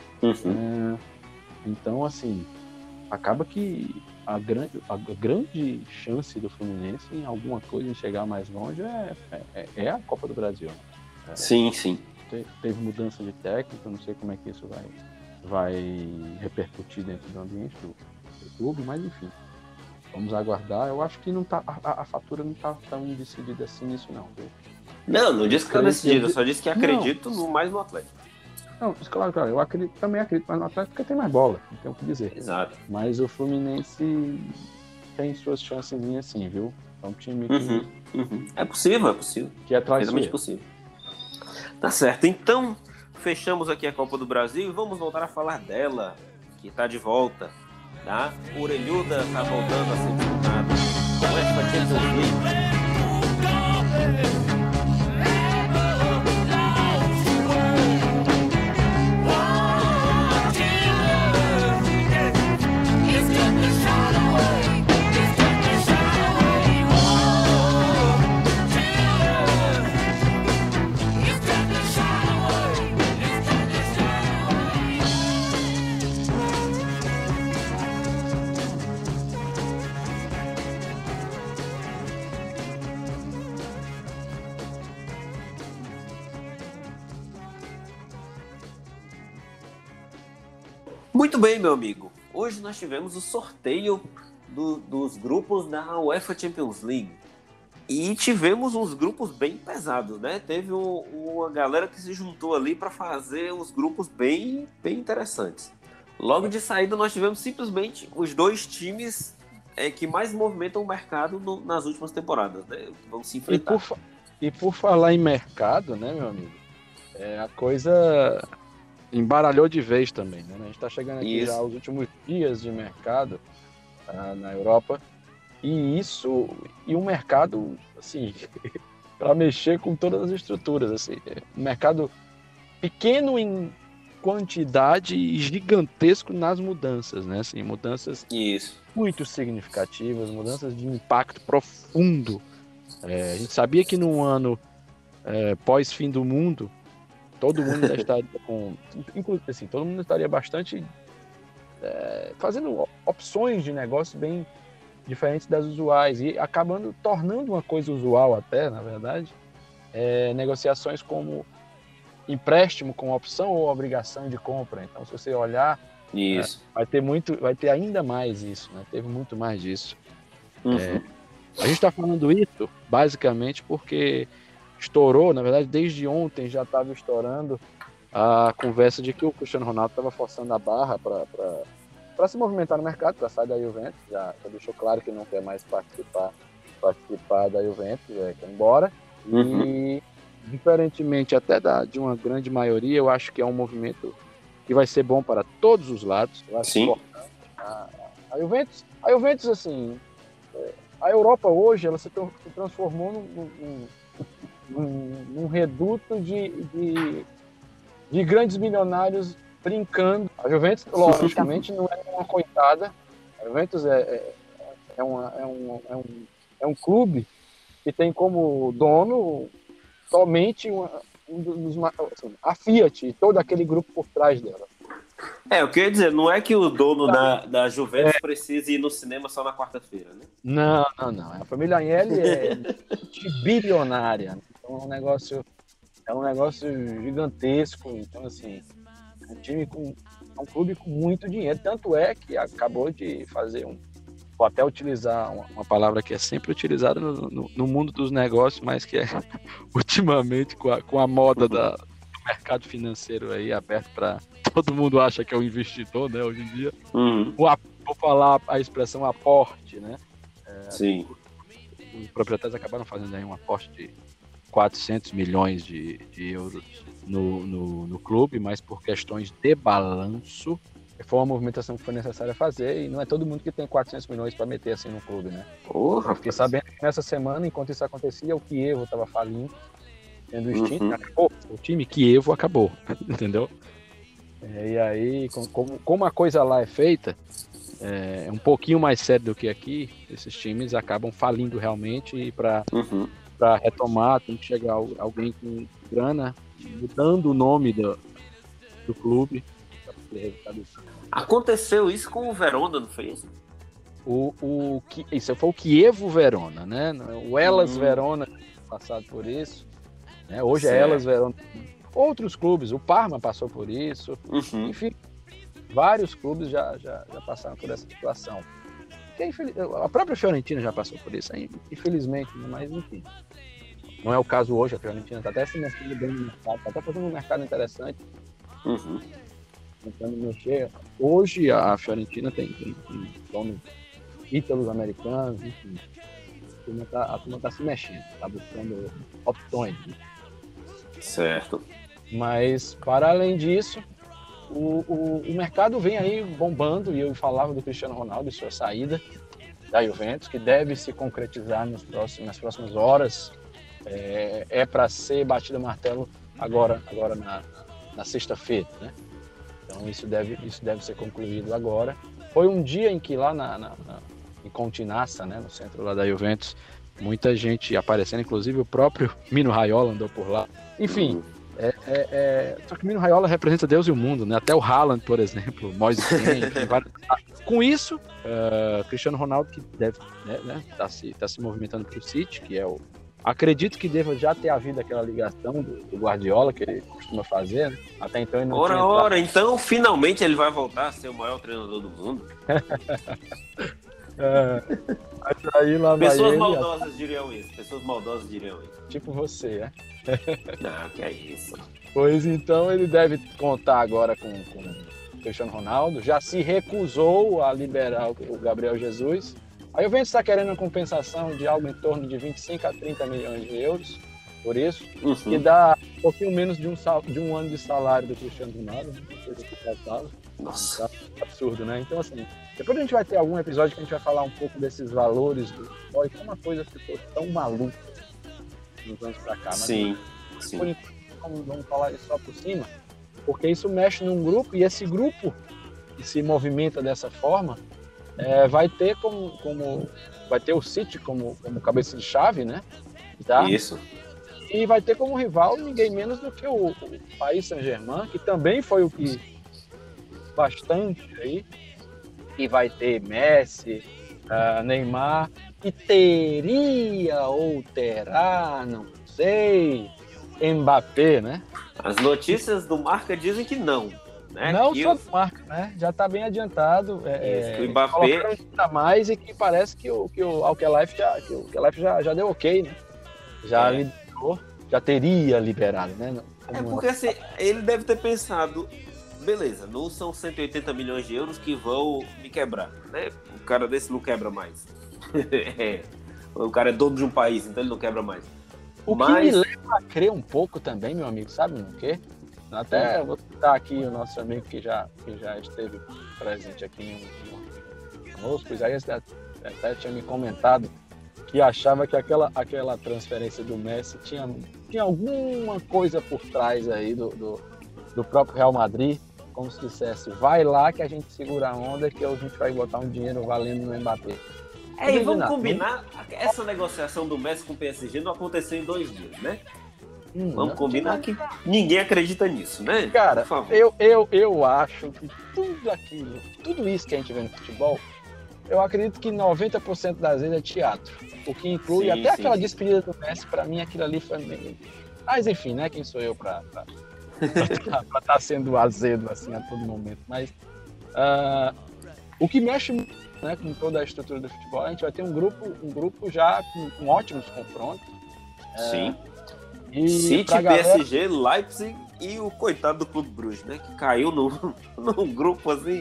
Uhum. É, então, assim, acaba que a grande, a grande chance do Fluminense em alguma coisa, em chegar mais longe, é, é, é a Copa do Brasil. É, sim, sim. Teve mudança de técnico, não sei como é que isso vai, vai repercutir dentro do ambiente do, do clube, mas enfim. Vamos aguardar. Eu acho que não tá, a, a fatura não tá tão decidida assim nisso, não. Viu? Não, não disse que tá decidida, eu só disse que acredito no, mais no Atlético. Não, claro, claro, eu acredito, também acredito mais no Atlético porque tem mais bola, não tem o que dizer. Exato. Mas o Fluminense tem suas chances assim, viu? É um time que... Uhum, uhum. É possível, é possível. Que é realmente possível. Tá certo, então fechamos aqui a Copa do Brasil e vamos voltar a falar dela, que tá de volta, tá? Orelhuda tá voltando a ser disputada com essa Champions League. Muito bem, meu amigo. Hoje nós tivemos o sorteio do, dos grupos da UEFA Champions League. E tivemos uns grupos bem pesados, né? Teve um, uma galera que se juntou ali para fazer os grupos bem, bem interessantes. Logo de saída, nós tivemos simplesmente os dois times é, que mais movimentam o mercado no, nas últimas temporadas, né? Vão se enfrentar. E por, e por falar em mercado, né, meu amigo? É, a coisa embaralhou de vez também, né? A gente está chegando aqui Isso. já aos últimos dias de mercado uh, na Europa. E isso, e um mercado, assim, para mexer com todas as estruturas, assim, um mercado pequeno em quantidade e gigantesco nas mudanças, né, assim, mudanças Isso. muito significativas, mudanças de impacto profundo. É, a gente sabia que num ano é, pós-fim do mundo, todo mundo ainda estaria com, inclusive, assim, todo mundo estaria bastante é, fazendo opções de negócio bem diferentes das usuais e acabando tornando uma coisa usual até, na verdade, é, negociações como empréstimo com opção ou obrigação de compra. Então, se você olhar, Isso. É, vai ter muito, vai ter ainda mais isso, né? Teve muito mais disso. Uhum. É, a gente está falando isso basicamente porque estourou, na verdade, desde ontem já estava estourando a conversa de que o Cristiano Ronaldo estava forçando a barra para para se movimentar no mercado, para sair da Juventus, já, já deixou claro que não quer mais participar, participar da Juventus, é, quer ir embora. Uhum. E, diferentemente até da, de uma grande maioria, eu acho que é um movimento que vai ser bom para todos os lados. Eu acho Sim. importante. A, a, Juventus, a Juventus, assim, a Europa hoje, ela se, se transformou num, num, num, num reduto de, de, de grandes milionários brincando. A Juventus, logicamente, não é uma coitada. A Juventus é, é, é, uma, é, um, é, um, é um clube que tem como dono somente uma, um dos, assim, a Fiat e todo aquele grupo por trás dela. É, eu queria dizer, não é que o dono da, da Juventus é. precise ir no cinema só na quarta-feira, né? Não, não, não. A família Agnelli é bilionária. Então é um negócio, é um negócio gigantesco. Então, assim, é um time com é um clube com muito dinheiro. Tanto é que acabou de fazer um. Vou até utilizar uma, uma palavra que é sempre utilizada no, no, no mundo dos negócios, mas que é ultimamente com a, com a moda da, do mercado financeiro aí aberto para todo mundo acha que é um investidor, né, hoje em dia. Uhum. O, vou falar a expressão aporte, né? É, Sim. Os proprietários acabaram fazendo aí um aporte de quatrocentos milhões de, de euros no, no, no clube, mas por questões de balanço, foi uma movimentação que foi necessária fazer e não é todo mundo que tem quatrocentos milhões para meter assim no clube, né? Porra, eu fiquei sabendo que nessa semana, enquanto isso acontecia, o Kievo estava falindo, sendo extinto, uhum. acabou. O time Kievo acabou, entendeu? É, e aí, como, como a coisa lá é feita, é um pouquinho mais sério do que aqui, esses times acabam falindo realmente e para uhum. para retomar tem que chegar alguém com grana, mudando o nome do, do clube. Aconteceu isso com o Verona, não foi isso? O, o, isso foi o Kievo Verona, né? O Hellas hum. Verona passado por isso, né? Hoje certo. É Hellas Verona. Outros clubes, o Parma passou por isso, uhum. enfim, vários clubes já, já, já passaram por essa situação. A própria Fiorentina já passou por isso, infelizmente, mas enfim. Não é o caso hoje, a Fiorentina está até se mexendo bem no mercado, está até fazendo um mercado interessante. Uhum. Tentando mexer. Hoje a Fiorentina tem, tem, tem donos ítalos americanos, enfim. A turma está tá se mexendo, está buscando opções. Certo. Mas, para além disso, o, o, o mercado vem aí bombando, e eu falava do Cristiano Ronaldo e sua saída da Juventus, que deve se concretizar nos próximos, nas próximas horas. É, é para ser batido martelo agora, agora na, na sexta-feira, né? Então isso deve, isso deve ser concluído agora. Foi um dia em que lá na, na, na, em Continaça, né, no centro lá da Juventus, muita gente aparecendo, inclusive o próprio Mino Raiola andou por lá. Enfim, é, é, é... só que o Mino Raiola representa Deus e o mundo, né? Até o Haaland, por exemplo, Moise Kean, vários... Com isso, uh, Cristiano Ronaldo, que deve né, né, tá se, tá se movimentando para o City, que é o, Acredito que deva já ter havido aquela ligação do, do Guardiola, que ele costuma fazer, né? Até então ele não Ora, tinha... ora, então finalmente ele vai voltar a ser o maior treinador do mundo. É, mas aí lá vai Pessoas ele, maldosas diriam isso. Pessoas maldosas diriam isso. tipo você, né? Não, que é isso. Pois então ele deve contar agora com, com o Cristiano Ronaldo. Já se recusou a liberar o Gabriel Jesus. A Juventus está querendo uma compensação de algo em torno de vinte e cinco a trinta milhões de euros por isso, Uhum. que dá um pouquinho menos de um, sal, de um ano de salário do Cristiano Ronaldo. Nossa. Tá absurdo, né? Então, assim, depois a gente vai ter algum episódio que a gente vai falar um pouco desses valores do futebol e como uma coisa ficou tão maluca nos anos pra cá. Mas, Sim, por sim. enquanto, vamos falar isso só por cima, porque isso mexe num grupo e esse grupo que se movimenta dessa forma é, vai ter como, como vai ter o City como, como cabeça de chave, né? Tá? Isso. E vai ter como rival ninguém menos do que o, o Paris Saint-Germain, que também foi o que bastante aí, e vai ter Messi, uh, Neymar, e teria ou terá, não sei, Mbappé, né? As notícias do Marca dizem que não. Né? Não que só o... do Marca, né? Já está bem adiantado. É, Isso, o Mbappé... ainda mais e que parece que o, que o Alkelife já, que o Alkelife já, já deu ok, né? Já É. liberou, já teria liberado, né? É porque assim, ele deve ter pensado, beleza, não são cento e oitenta milhões de euros que vão me quebrar, né? O cara desse não quebra mais. É. O cara é dono de um país, então ele não quebra mais. O Mas... que me leva a crer um pouco também, meu amigo, sabe no quê? Até vou citar aqui o nosso amigo que já, que já esteve presente aqui em, em, conosco, o Isaías até tinha me comentado que achava que aquela, aquela transferência do Messi tinha, tinha alguma coisa por trás aí do, do, do próprio Real Madrid, como se dissesse, vai lá que a gente segura a onda que a gente vai botar um dinheiro valendo no Mbappé. É, e vamos combinar, essa negociação do Messi com o P S G não aconteceu em dois dias, né? Hum, vamos combinar que ninguém acredita nisso, né? Cara, eu, eu, eu acho que tudo aquilo, tudo isso que a gente vê no futebol, eu acredito que noventa por cento das vezes é teatro. O que inclui sim, até sim, aquela sim. despedida do Messi, pra mim aquilo ali foi meio... Mas enfim, né? Quem sou eu pra estar tá sendo azedo assim a todo momento. Mas uh, o que mexe muito, né, com toda a estrutura do futebol, a gente vai ter um grupo, um grupo já com, com ótimos confrontos. Sim. É, City, galera... P S G, Leipzig e o coitado do Clube Bruges, né? Que caiu num, num grupo assim...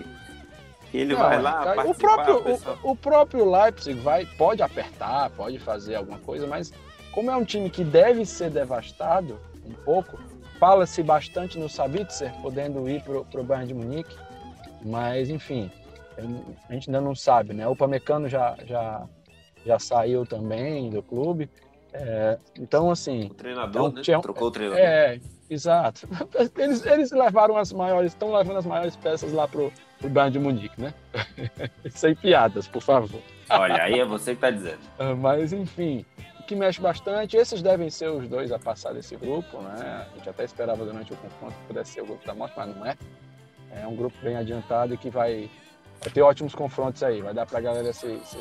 Ele não, vai lá o próprio, o, o próprio Leipzig vai, pode apertar, pode fazer alguma coisa, mas como é um time que deve ser devastado um pouco, fala-se bastante no Sabitzer, podendo ir para o Bayern de Munique, mas enfim, a gente ainda não sabe, né? O Upamecano já, já, já saiu também do clube, é, então assim... O treinador, então, né? Tinha, Trocou o treinador. É, exato. Eles, eles levaram as maiores, estão levando as maiores peças lá pro o Bayern de Munique, né? Sem piadas, por favor. Olha, aí é você que tá dizendo. Mas, enfim, o que mexe bastante, esses devem ser os dois a passar desse grupo, né? A gente até esperava durante o confronto que pudesse ser o grupo da morte, mas não é. É um grupo bem adiantado e que vai, vai ter ótimos confrontos aí, vai dar pra galera se, se,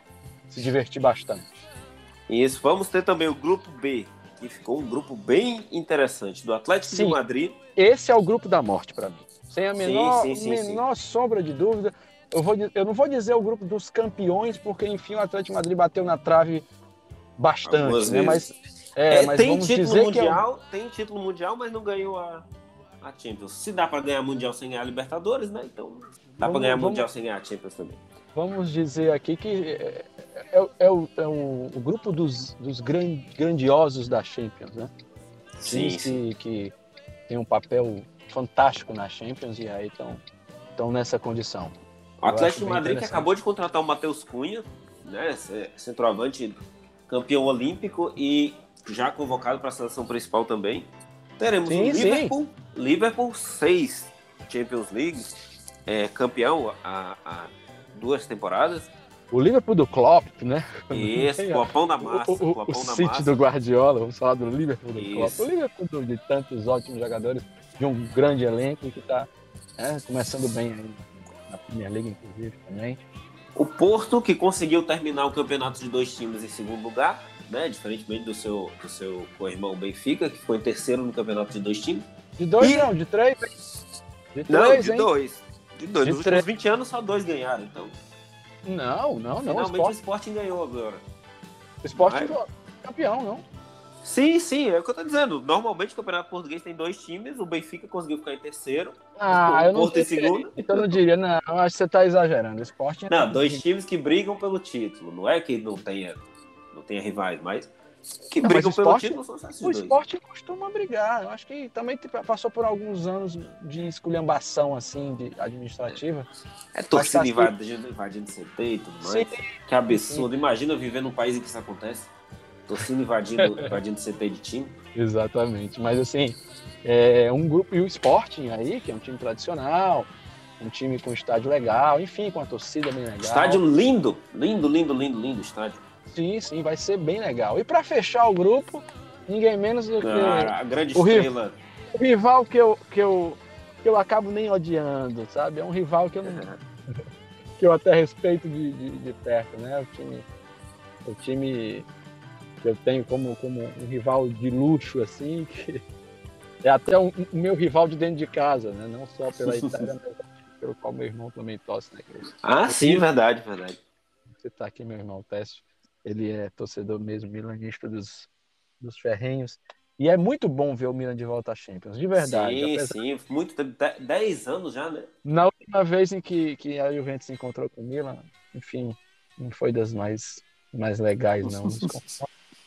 se divertir bastante. Isso, vamos ter também o grupo B, que ficou um grupo bem interessante, do Atlético Sim, de Madrid. Esse é o grupo da morte para mim. Sem a menor, sim, sim, sim, menor sim. sombra de dúvida. Eu, vou, eu não vou dizer o grupo dos campeões, porque, enfim, o Atlético de Madrid bateu na trave bastante, né? Mas, é, é, mas tem vamos título dizer mundial, que é... tem título mundial, mas não ganhou a, a Champions. Se dá para ganhar mundial sem ganhar a Libertadores, né? Então dá para ganhar vamos, mundial sem ganhar a Champions também. Vamos dizer aqui que é, é, é, o, é o, o grupo dos, dos gran, grandiosos da Champions, né? Sim, Times sim. Que, que tem um papel fantástico na Champions e aí estão nessa condição. O Atlético de Madrid que acabou de contratar o Matheus Cunha, né, centroavante, campeão olímpico e já convocado para a seleção principal também. Teremos sim, o Liverpool, sim. Liverpool seis Champions League, é, campeão há, há duas temporadas. O Liverpool do Klopp, né? Isso, com a pão da massa. O, o, com a o pão da City massa. do Guardiola, vamos falar do Liverpool do Isso. Klopp. O Liverpool de tantos ótimos jogadores, de um grande elenco que está é, começando bem aí na Premier League, inclusive, também. O Porto, que conseguiu terminar o campeonato de dois times em segundo lugar. né? Diferentemente do seu, do seu co-irmão Benfica, que ficou em terceiro no campeonato de dois times. De dois E... não, de três. De três, não, de hein? dois. De dois. De Nos três. últimos vinte anos, só dois ganharam. Então, Não, não, não. finalmente O o Sport, Sporting ganhou agora. o Sport Mas- é campeão, não? Sim, sim, é o que eu tô dizendo. Normalmente o Campeonato Português tem dois times, o Benfica conseguiu ficar em terceiro, Ah, o eu não Porto em diria. segundo. Então eu não diria, não. Eu acho que você tá exagerando. O Sport é Não, dois times que brigam pelo título. Não é que não tenha, não tenha rivais, mas que Não, mas brigam o pelo Sport- título são só esses O dois. esporte costuma brigar. Eu acho que também tipo, passou por alguns anos de esculhambação assim, de administrativa. É torcida Mas tá invadindo, invadindo C T e tudo mais. Sim. Que absurdo. Imagina viver num país em que isso acontece. Torcida invadindo, invadindo C T de time. Exatamente. Mas assim, é um grupo. E o Sporting aí, que é um time tradicional, um time com estádio legal, enfim, com a torcida bem legal. Estádio lindo, lindo, lindo, lindo, lindo estádio. Sim, sim, vai ser bem legal. E para fechar o grupo, ninguém menos do que Ah, a grande o Rio- estrela. o rival que eu, que, eu, que eu acabo nem odiando, sabe? É um rival que eu, não, que eu até respeito de, de, de perto, né? O time, o time que eu tenho como, como um rival de luxo, assim, que é até o um, meu rival de dentro de casa, né? Não só pela Itália, mas pelo qual meu irmão também torce, né? Ah, sim, verdade, verdade. Você tá aqui, meu irmão Técio. Ele é torcedor mesmo, milanista dos, dos ferrenhos. E é muito bom ver o Milan de volta à Champions, de verdade. Sim, Apesar- sim. Muito tempo. de- Dez anos já, né? Na última vez em que, que a Juventus se encontrou com o Milan, enfim, não foi das mais, mais legais, não. Nos confrontos.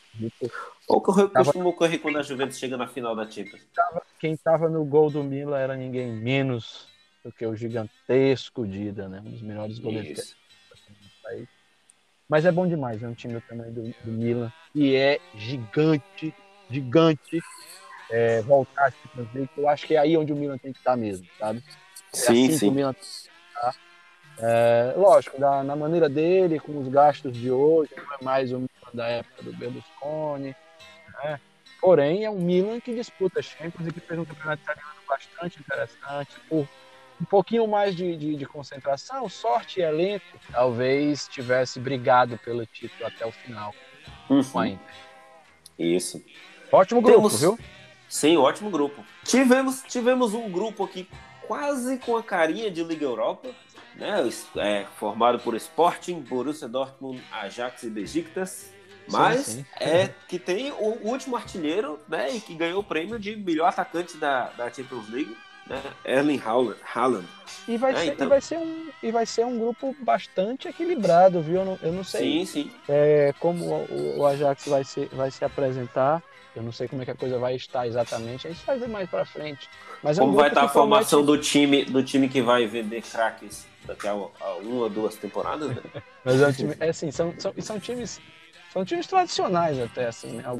Ou que eu costumo correr quando a Juventus chega na final da Champions. Quem estava no gol do Milan era ninguém menos do que o gigantesco Dida, né? Um dos melhores goleiros que Isso. aí. Mas é bom demais, é um time também do, do Milan, e é gigante, gigante, é, voltar a Champions League, que eu acho que é aí onde o Milan tem que estar mesmo, sabe? É Sim, assim que o sim. Milan tem que estar. É, lógico, da, na maneira dele, com os gastos de hoje, não é mais o Milan da época do Berlusconi, né? Porém, é um Milan que disputa Champions e que fez um campeonato italiano bastante interessante, por um pouquinho mais de, de, de concentração, sorte e elenco, talvez tivesse brigado pelo título até o final com a Uhum. Inter. Isso. Ótimo grupo, Temos- viu? Sim, ótimo grupo. Tivemos, tivemos um grupo aqui quase com a carinha de Liga Europa, né? É, formado por Sporting, Borussia Dortmund, Ajax e Besiktas. Mas sim. é que tem o último artilheiro, né? E que ganhou o prêmio de melhor atacante da, da Champions League, né? Erling Haaland. Haaland. E vai, É, ser, então. e, vai ser um, e vai ser um grupo bastante equilibrado, viu? Eu não, eu não sei Sim, sim. é, como o, o Ajax vai se, vai se apresentar. Eu não sei como é que a coisa vai estar exatamente. A gente vai ver mais pra frente. Mas é um Como vai grupo estar a que promete- formação do time, do time que vai vender craques daqui a, a uma ou duas temporadas, né? Mas é um time. É assim, são, são, e são times. São times tradicionais até, assim, né?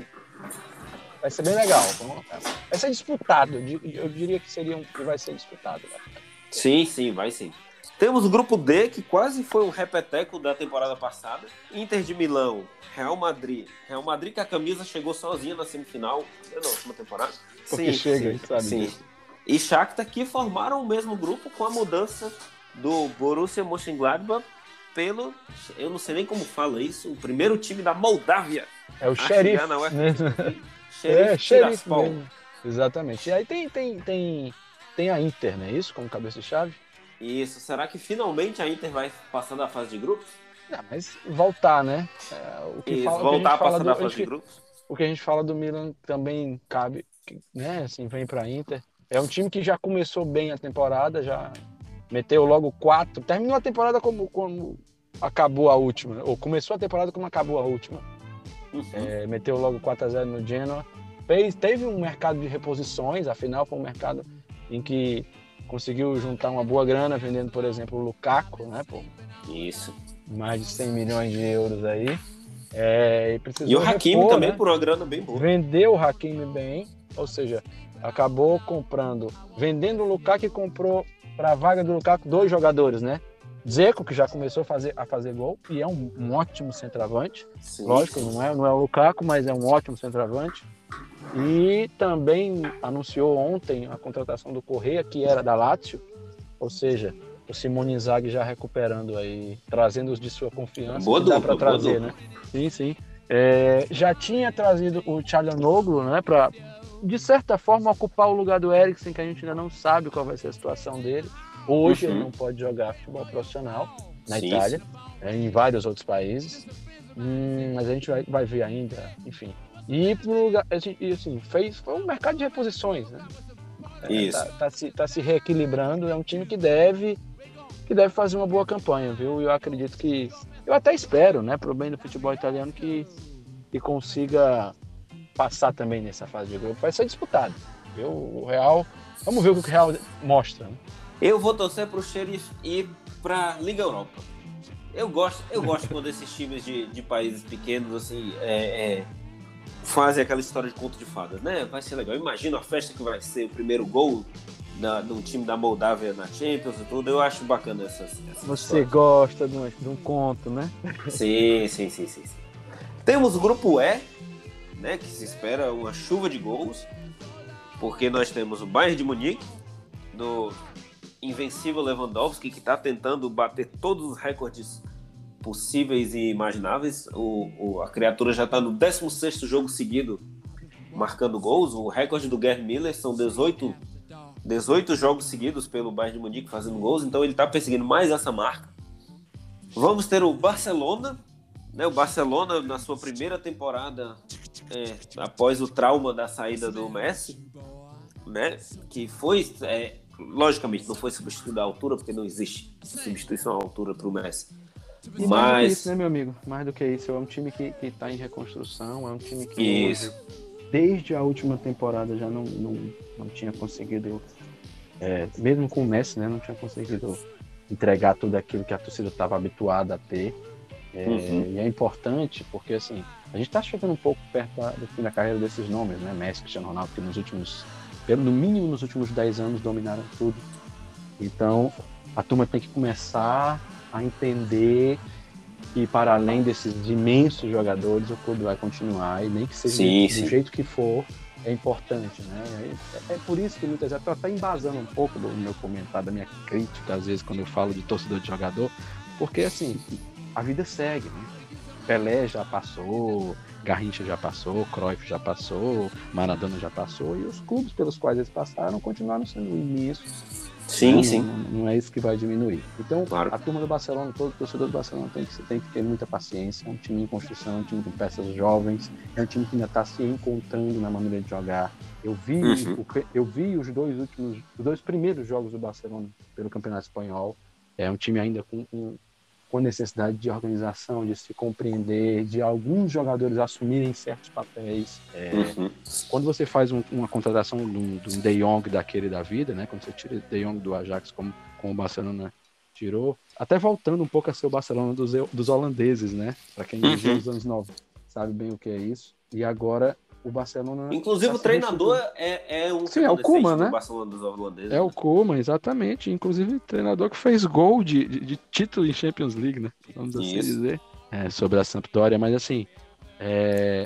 Vai ser bem legal. Vai ser disputado. Eu diria que seria um, que vai ser disputado. Né? Sim, sim, vai sim. Temos o grupo D, que quase foi um repeteco da temporada passada. Inter de Milão, Real Madrid. Real Madrid que a camisa chegou sozinha na semifinal na última temporada. Porque chega, sim, sabe sim. disso. E Shakhtar que formaram o mesmo grupo com a mudança do Borussia Mönchengladbach pelo, eu não sei nem como fala isso, o primeiro time da Moldávia. É o a xerife. chegar na UEFA. Né? Xerife É, xerife Tiraspol. mesmo. Exatamente. E aí tem, tem, tem, tem a Inter, né? Isso, como cabeça de chave. Isso, será que finalmente a Inter vai passar da fase de grupos? Não, mas voltar, né? É, o que Isso, fala, o que voltar a a gente fala passar do, da a fase gente- de grupos? o que a gente fala do Milan também cabe, né? Assim, vem pra Inter. É um time que já começou bem a temporada, já meteu logo quatro. Terminou a temporada como, como acabou a última, ou começou a temporada como acabou a última. Uhum. É, meteu logo quatro a zero no Genoa. Fez, teve um mercado de reposições, afinal foi um mercado em que conseguiu juntar uma boa grana vendendo, por exemplo, o Lukaku, né, por Isso. mais de cem milhões de euros aí. É, e, precisou E o Hakimi repor, também né? por uma grana bem boa. Vendeu o Hakimi bem, ou seja, acabou comprando, vendendo o Lukaku e comprou para a vaga do Lukaku dois jogadores, né? Dzeko, que já começou a fazer, a fazer gol, e é um, um ótimo centroavante. Sim, Lógico, sim. não é, não é o Lukaku, mas é um ótimo centroavante. E também anunciou ontem a contratação do Correa, que era da Lazio, ou seja, o Simone Inzaghi já recuperando aí, trazendo os de sua confiança. Boa que dá dupla, para boa trazer, dupla. né? Sim, sim. É, já tinha trazido o Çalhanoğlu, né, para, de certa forma, ocupar o lugar do Eriksen, que a gente ainda não sabe qual vai ser a situação dele. Hoje Uhum. ele não pode jogar futebol profissional na Sim, Itália, é, em vários outros países, hum, mas a gente vai, vai ver ainda, enfim. E pro lugar, assim, e, assim, fez, foi um mercado de reposições, né? É, Isso. tá, tá, se, tá se reequilibrando, é um time que deve, que deve fazer uma boa campanha, viu? E eu acredito que, eu até espero, né, pro bem do futebol italiano, que, que consiga passar também nessa fase de grupo. Vai ser disputado, viu? O Real, vamos ver o que o Real mostra, né? Eu vou torcer pro Sheriff ir pra Liga Europa. Eu gosto, eu gosto quando esses times de, de países pequenos, assim, é, é, fazem aquela história de conto de fadas, né? Vai ser legal. Imagina a festa que vai ser o primeiro gol na, no time da Moldávia na Champions e tudo. Eu acho bacana essas, essas Você histórias. gosta de um, de um conto, né? Sim, sim, sim, sim, sim. Temos o grupo E, né? Que se espera uma chuva de gols, porque nós temos o Bayern de Munique, do invencível Lewandowski, que está tentando bater todos os recordes possíveis e imagináveis. O, o, a criatura já está no décimo sexto jogo seguido marcando gols. O recorde do Gerd Müller são dezoito, dezoito jogos seguidos pelo Bayern de Munique fazendo gols, então ele está perseguindo mais essa marca. Vamos ter o Barcelona, né? O Barcelona na sua primeira temporada, é, após o trauma da saída do Messi, né? Que foi... É, logicamente, não foi substituído à altura, porque não existe substituição à altura para o Messi. E mais do que isso, né, meu amigo? Mais do que isso, é um time que está em reconstrução, é um time que isso. hoje, desde a última temporada, já não, não, não tinha conseguido, é, mesmo com o Messi, né, não tinha conseguido entregar tudo aquilo que a torcida estava habituada a ter. É, uhum. E é importante porque, assim, a gente está chegando um pouco perto do fim da carreira desses nomes, né? Messi, Cristiano Ronaldo, que nos últimos... no mínimo nos últimos dez anos dominaram tudo. Então a turma tem que começar a entender que, para além desses imensos jogadores, o clube vai continuar, e nem que seja sim, do, sim. do jeito que for, é importante, né? É, é por isso que muitas vezes, até embasando um pouco do meu comentário, da minha crítica, às vezes, quando eu falo de torcedor de jogador, porque assim, a vida segue, né? Pelé já passou, Garrincha já passou, Cruyff já passou, Maradona já passou, e os clubes pelos quais eles passaram continuaram sendo imensos. Sim, não, sim. Não, não é isso que vai diminuir. Então, claro. A turma do Barcelona, todo torcedor do Barcelona tem que, tem que ter muita paciência. É um time em construção, é um time com peças jovens, é um time que ainda está se encontrando na maneira de jogar. Eu vi, uhum. o, eu vi os dois últimos, os dois primeiros jogos do Barcelona pelo Campeonato Espanhol. É um time ainda com, com com necessidade de organização, de se compreender, de alguns jogadores assumirem certos papéis. É, uhum. Quando você faz um, uma contratação de um, de um De Jong daquele da vida, né? Quando você tira o De Jong do Ajax, como, como o Barcelona tirou, até voltando um pouco a ser o Barcelona dos, dos holandeses, né? Para quem uhum. viveu os anos noventa, sabe bem o que é isso. E agora o Barcelona... Inclusive o treinador é, é um Sim, é o Koeman, né? do Barcelona dos holandeses. É o Koeman, exatamente. Inclusive o treinador que fez gol de, de, de título em Champions League, né? Vamos assim Isso. dizer. É, sobre a Sampdoria, mas assim, é,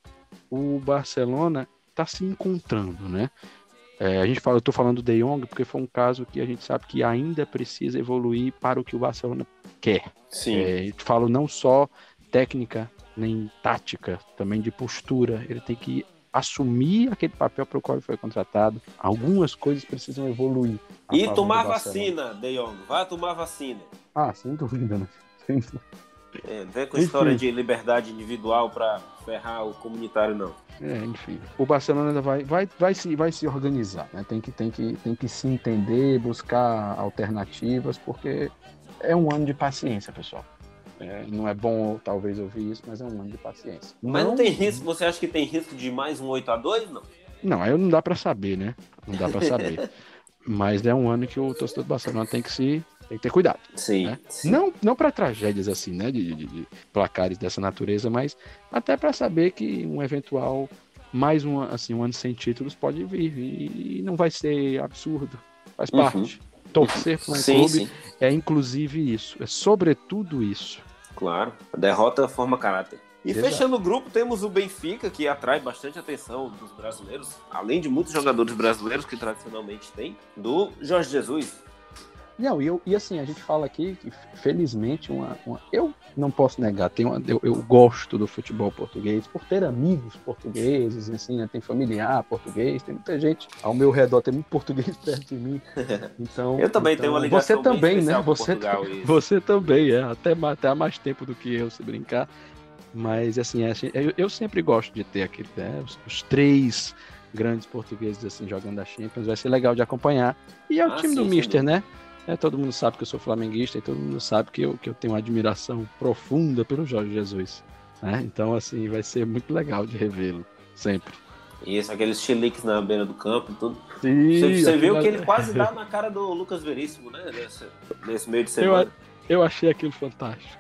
o Barcelona está se encontrando, né? É, a gente fala, eu tô falando do De Jong porque foi um caso que a gente sabe que ainda precisa evoluir para o que o Barcelona quer. Sim. É, falo não só técnica, nem tática, também de postura. Ele tem que assumir aquele papel para o qual ele foi contratado. Algumas coisas precisam evoluir. E tomar vacina, De Jong. Vai tomar vacina. Ah, sem dúvida, né? Sem dúvida. É, não vem com história de liberdade individual para ferrar o comunitário, não. É, enfim. O Barcelona ainda vai, vai, vai, se, vai se organizar, né? Tem que, tem, que, tem que se entender, buscar alternativas, porque é um ano de paciência, pessoal. É, não é bom, talvez, ouvir isso, mas é um ano de paciência. Mas não, não tem risco? Você acha que tem risco de mais um oito a dois, não? Não, aí não dá para saber, né? Não dá para saber. Mas é um ano que o torcedor do Barcelona tem que se... Tem que ter cuidado. Sim. Né? sim. Não, não para tragédias assim, né? De, de, de placares dessa natureza, mas até para saber que um eventual mais um, assim, um ano sem títulos pode vir e não vai ser absurdo. Faz parte. Uhum. Torcer para um sim, clube sim. é inclusive isso. É sobretudo isso. Claro. A derrota forma caráter. E Exato. Fechando o grupo, temos o Benfica, que atrai bastante atenção dos brasileiros, além de muitos jogadores brasileiros que tradicionalmente tem, do Jorge Jesus. Não, e, eu, e assim, a gente fala aqui que, felizmente, uma, uma- eu não posso negar, tem uma- eu, eu gosto do futebol português, por ter amigos portugueses, assim, né, tem familiar português, tem muita gente ao meu redor, tem muito português perto de mim. Então, Eu também então, tenho uma você ligação bem também, né? especial com Você, Portugal. Isso. você também, é, até, ma- até há mais tempo do que eu, se brincar. Mas, assim, é, eu, eu sempre gosto de ter aqui, né, os, os três grandes portugueses, assim, jogando a Champions, vai ser legal de acompanhar. E é o Ah, time sim, do sem Mister, dúvida. né? É, todo mundo sabe que eu sou flamenguista e todo mundo sabe que eu, que eu tenho uma admiração profunda pelo Jorge Jesus, né? Então, assim, vai ser muito legal de revê-lo, sempre. Isso, aqueles chiliques na beira do campo e tudo. Sim, Você, você viu aquilo- que ele quase dá na cara do Lucas Veríssimo, né? Nesse, nesse meio de eu, semana. eu achei aquilo fantástico.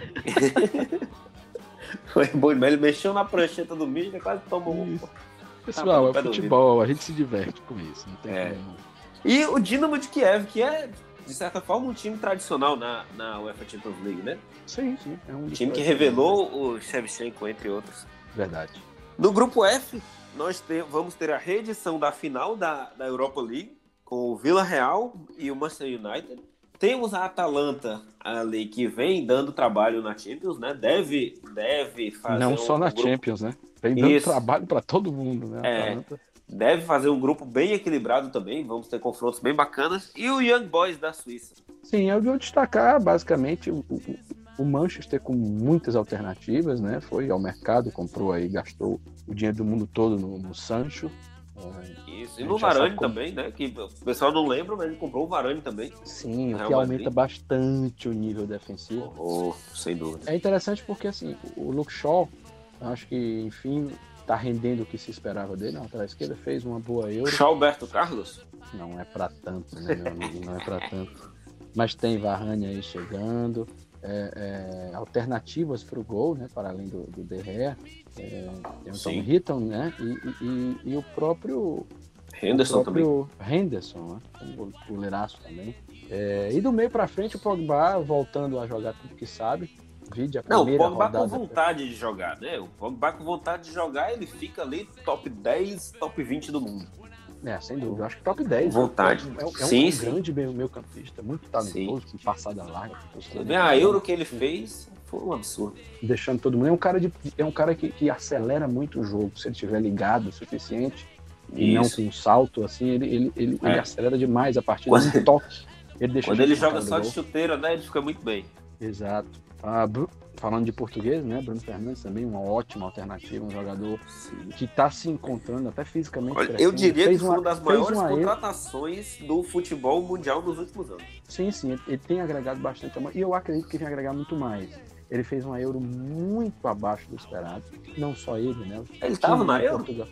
Foi bom, mas ele mexeu na prancheta do Mister e quase tomou um. Isso. Pessoal, no é pé do futebol, a gente se diverte com isso, não tem É. como. E o Dinamo de Kiev, que é, de certa forma, um time tradicional na, na UEFA Champions League, né? Sim, sim. É um Um dos time que dois. revelou o Shevchenko, entre outros. Verdade. No grupo F, nós te- vamos ter a reedição da final da, da Europa League, com o Villarreal e o Manchester United. Temos a Atalanta ali, que vem dando trabalho na Champions, né? Deve, deve fazer Não um, só na um grupo, Champions, né? Vem dando Isso. trabalho para todo mundo, né? É. Atalanta. deve fazer um grupo bem equilibrado também. Vamos ter confrontos bem bacanas. E o Young Boys da Suíça. Sim, eu vou destacar basicamente o, o, o Manchester com muitas alternativas, né? Foi ao mercado, comprou aí, gastou o dinheiro do mundo todo no, no Sancho. Isso. E A no gente já Varane sabe como- também, né? Que o pessoal não lembra, mas ele comprou o Varane também. Sim, o Real que Madrid. aumenta bastante o nível defensivo. Oh, sem dúvida. É interessante porque, assim, o Luke Shaw, eu acho que, enfim, tá rendendo o que se esperava dele. Na lateral esquerda fez uma boa Euro. Alberto Carlos? Não é pra tanto, né, meu amigo? Não é pra tanto. Mas tem Varane aí chegando. é, é, alternativas para o gol, né? Para além do, do De Gea. É, tem o Tom Sim. Hitton, né? E, e- e- e o próprio Henderson o também. próprio Henderson, né? Um goleiraço também. É, e do meio para frente, o Pogba voltando a jogar tudo que sabe. Vide a Não, o primeira Pogba rodada. com vontade de jogar, né? O Pogba com vontade de jogar, ele fica ali top dez, top vinte do mundo. É, sem dúvida. Eu acho que top dez. Vontade. É, um- é um- é um Sim, sim. grande meio, meio campista, muito talentoso, com passada larga. Você vê a Euro que ele fez, foi um absurdo. Deixando todo mundo. É um cara, de, é um cara que, que acelera muito o jogo. Se ele estiver ligado o suficiente e não Isso. com um salto, assim, ele, ele, ele, É. ele acelera demais a partida. Quando- Um toque. Ele deixa Quando a ele gente na joga cara do só de gol. chuteira, né? Ele fica muito bem. Exato. Ah, Bru- falando de português, né? Bruno Fernandes também, uma ótima alternativa, um jogador que está se encontrando até fisicamente. Olha, eu crescendo. diria Fez que foi uma das fez maiores uma Euro. contratações do futebol mundial nos últimos anos. Sim, sim, ele, ele tem agregado bastante. E eu acredito que vai agregar muito mais. Ele fez uma Euro muito abaixo do esperado. Não só ele, né? Ele estava na Euro? Portugal.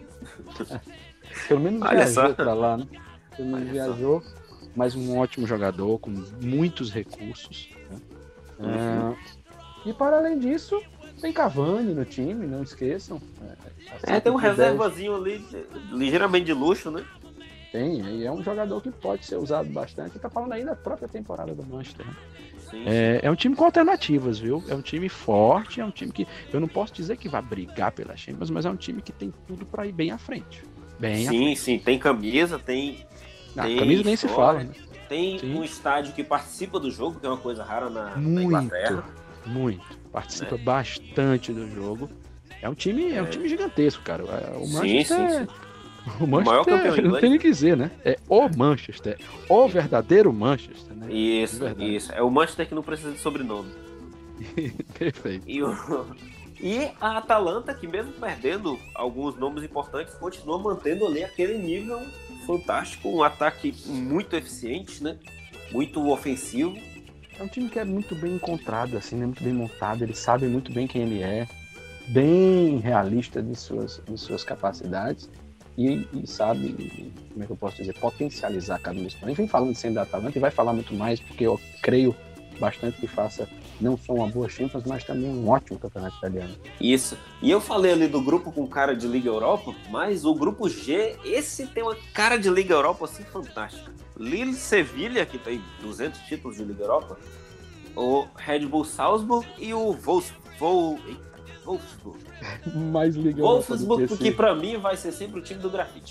Pelo menos Olha viajou só. para lá, né? Pelo menos Olha só. viajou. Mas um ótimo jogador, com muitos recursos. Né? Uhum. Ah, e para além disso, tem Cavani no time, não esqueçam. É, É, tem um assim, reservazinho ali, ligeiramente de luxo, né? Tem, e é um jogador que pode ser usado bastante. E tá falando aí da própria temporada do Manchester. Né? Sim. É, é um time com alternativas, viu? É um time forte, é um time que. Eu não posso dizer que vai brigar pela Champions, mas é um time que tem tudo para ir bem à frente. Bem à Sim, sim, tem camisa, tem. A tem camisa nem se história, fala, né? Tem Sim. um estádio que participa do jogo, que é uma coisa rara na, na Muito, Inglaterra. muito. Participa Né? bastante do jogo. É um time, é um É. time gigantesco, cara. O Sim, Manchester, sim, sim. o Manchester maior campeão não inglês. tem nem o que dizer, né? É o Manchester, o verdadeiro Manchester, né? Isso, Verdade. isso. É o Manchester que não precisa de sobrenome. Perfeito. E, o... e a Atalanta, que mesmo perdendo alguns nomes importantes, continua mantendo ali aquele nível fantástico, um ataque muito eficiente, né? Muito ofensivo. É um time que é muito bem encontrado, assim, né? Muito bem montado. Ele sabe muito bem quem ele é, bem realista de suas, de suas capacidades e, e sabe, como é que eu posso dizer, potencializar cada vez mais. A gente vem falando sempre da Atalanta e vai falar muito mais, porque eu creio bastante que faça não só uma boa Champions, mas também um ótimo campeonato italiano. Isso. E eu falei ali do grupo com cara de Liga Europa, mas o grupo G, esse tem uma cara de Liga Europa assim fantástica. Lille, Sevilha, que tem duzentos títulos de Liga Europa, o Red Bull Salzburg e o Wolfsburg. Vol... Eita, Wolfsburg. Mais Liga Wolfsburg, Europa do que que pra mim vai ser sempre o time do grafite.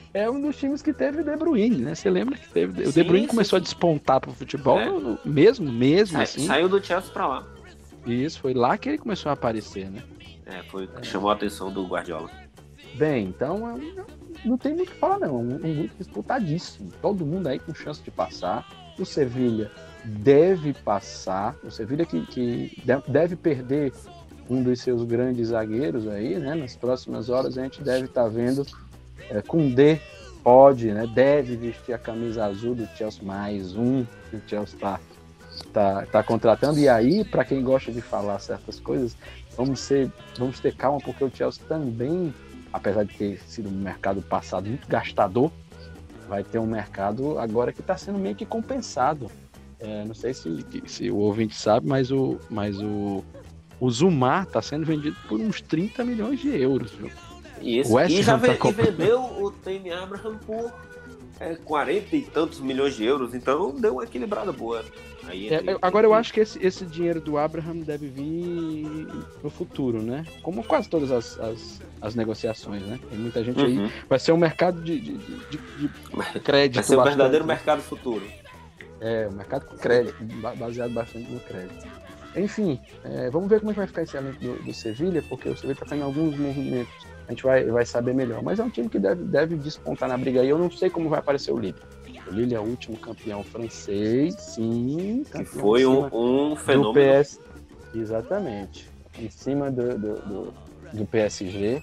é um dos times que teve De Bruyne, né? Você lembra que teve... O Sim, De Bruyne sim, começou sim. a despontar pro futebol, É. no- no- mesmo, mesmo Sa- assim. Saiu do Chelsea pra lá. E isso, foi lá que ele começou a aparecer, né? É, foi o que chamou a atenção do Guardiola. Bem, então é um- não tem muito o que falar, não. Um, um grupo disputadíssimo. Todo mundo aí com chance de passar. O Sevilha deve passar. O Sevilha que, que de- deve perder um dos seus grandes zagueiros aí, né? Nas próximas horas a gente deve estar vendo é, Koundé pode, né? Deve vestir a camisa azul do Chelsea, mais um que o Chelsea está tá, tá contratando. E aí, para quem gosta de falar certas coisas, vamos, ser, vamos ter calma, porque o Chelsea também, apesar de ter sido um mercado passado muito gastador, vai ter um mercado agora que está sendo meio que compensado. É, não sei se, se o ouvinte sabe, mas o, mas o, o Zumar está sendo vendido por uns trinta milhões de euros. Viu? Isso. O West E já Ham tá ve- e comprando. vendeu o Tammy Abraham por é, quarenta e tantos milhões de euros, então deu uma equilibrada boa. Aí, É, entre- eu- agora eu acho que esse, esse dinheiro do Abraham deve vir no futuro, né? Como quase todas as, as, as negociações, né? Tem muita gente aí. Uhum. Vai ser um mercado de, de, de, de crédito. Vai ser um bastante, verdadeiro né? mercado futuro. É, um mercado com crédito, ba- baseado bastante no crédito. Enfim, é, vamos ver como é que vai ficar esse elenco do, do Sevilha, porque o Sevilha está fazendo alguns movimentos. A gente vai, vai saber melhor. Mas é um time que deve, deve despontar na briga aí. Eu não sei como vai aparecer o Lille. O Lille é o último campeão francês, sim. Que campeão foi em um, cima um do fenômeno. P S. Exatamente. Em cima do, do, do, do P S G.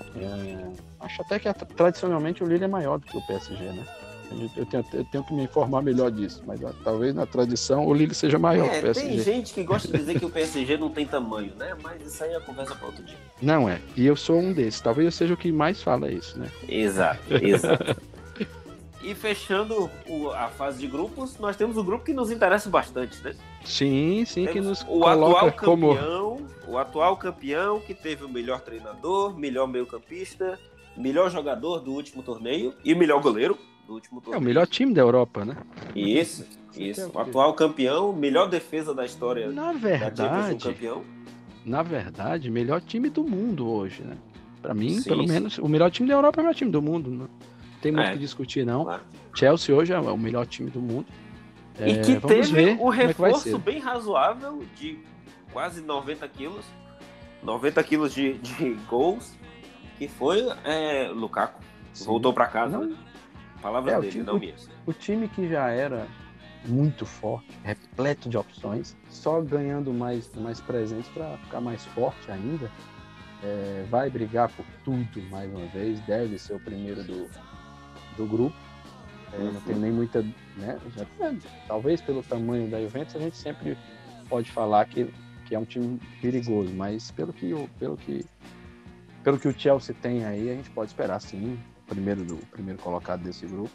É, acho até que tradicionalmente o Lille é maior do que o P S G, né? Eu tenho, eu tenho que me informar melhor disso, mas ó, talvez na tradição o Lille seja maior que o É, P S G. tem gente que gosta de dizer que o P S G não tem tamanho, né? Mas isso aí é conversa para outro dia. Não é. E eu sou um desses. Talvez eu seja o que mais fala isso, né? Exato, exato. E fechando o- a fase de grupos, nós temos um grupo que nos interessa bastante, né? Sim, sim, que Temos nos o coloca atual como... campeão, o atual campeão que teve o melhor treinador, melhor meio-campista, melhor jogador do último torneio e melhor goleiro do último É o torneio. melhor time da Europa, né? Isso, isso. O atual campeão, melhor defesa da história Na da Champions, um verdade, campeão. na verdade, melhor time do mundo hoje, né? Pra mim, Sim, pelo sim. menos, o melhor time da Europa é o melhor time do mundo. Não tem muito o É. que discutir, não. Claro. Chelsea hoje é o melhor time do mundo. E É, que vamos teve ver o como é que vai reforço ser. bem razoável de quase noventa quilos. noventa quilos de, de gols. Que foi é, Lukaku. Sim. Voltou pra casa, Não, né? Palavra É, o dele, time- não minhas. O time que já era muito forte, repleto de opções, só ganhando mais, mais presentes para ficar mais forte ainda, é, vai brigar por tudo mais uma vez, deve ser o primeiro do, do grupo. É, Não tem nem muita. Né, já, é, talvez pelo tamanho da Juventus a gente sempre pode falar que, que é um time perigoso, mas pelo que, o- pelo que, pelo que o Chelsea tem aí, a gente pode esperar sim o primeiro, do, o primeiro colocado desse grupo.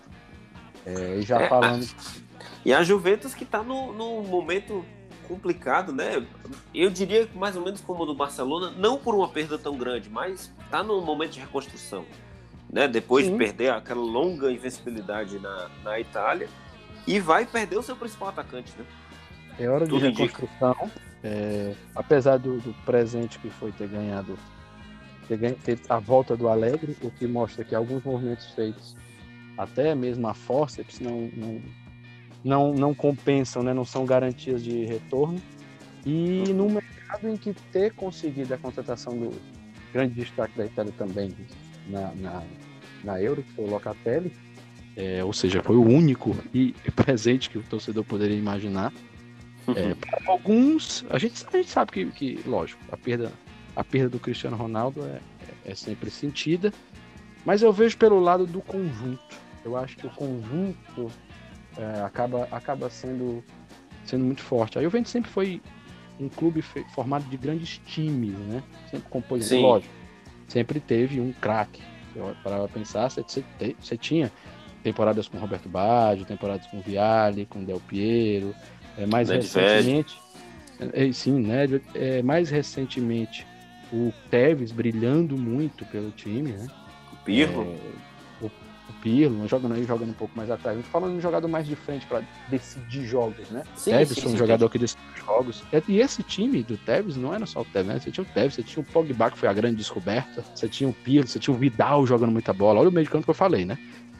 É, e já É, falando. E a Juventus que tá no, no momento complicado, né? Eu diria que mais ou menos como o do Barcelona, não por uma perda tão grande, mas tá num momento de reconstrução, né? Depois Sim. de perder aquela longa invencibilidade na, na Itália, e vai perder o seu principal atacante, né? É hora de Tudo indica. reconstrução. É, apesar do, do presente que foi ter ganhado, ter, ganho, ter a volta do Alegre, o que mostra que alguns movimentos feitos, até mesmo a forceps, não, não, não, não compensam, né? Não são garantias de retorno. E no mercado em que ter conseguido a contratação do grande destaque da Itália também na, na, na Euro, que foi o Locatelli, é, ou seja, foi o único e presente que o torcedor poderia imaginar. É, para alguns, a gente, a gente sabe que, que, lógico, a perda, a perda do Cristiano Ronaldo é, é, é sempre sentida, mas eu vejo pelo lado do conjunto. Eu acho que o conjunto é, acaba, acaba sendo, sendo muito forte. A Juventus sempre foi um clube fe- formado de grandes times, né? Sempre compôs, Sim. lógico, sempre teve um craque. Para pensar, você, você, te- você tinha temporadas com Roberto Baggio, temporadas com Vialli, com Del Piero. É, mais Nedved. recentemente, é, sim, né? É, mais recentemente, o Tevez brilhando muito pelo time, né? O Pirlo. É, o, o Pirlo, jogando aí, jogando um pouco mais atrás. A gente falando de um jogador mais de frente para decidir jogos, né? Sim, Tevez sim, foi um sim, jogador que decidiu jogos. E esse time do Tevez não era só o Tevez, né? Você tinha o Tevez, você tinha o Pogba, que foi a grande descoberta. Você tinha o Pirlo, você tinha o Vidal jogando muita bola. Olha o meio de campo que eu falei, né?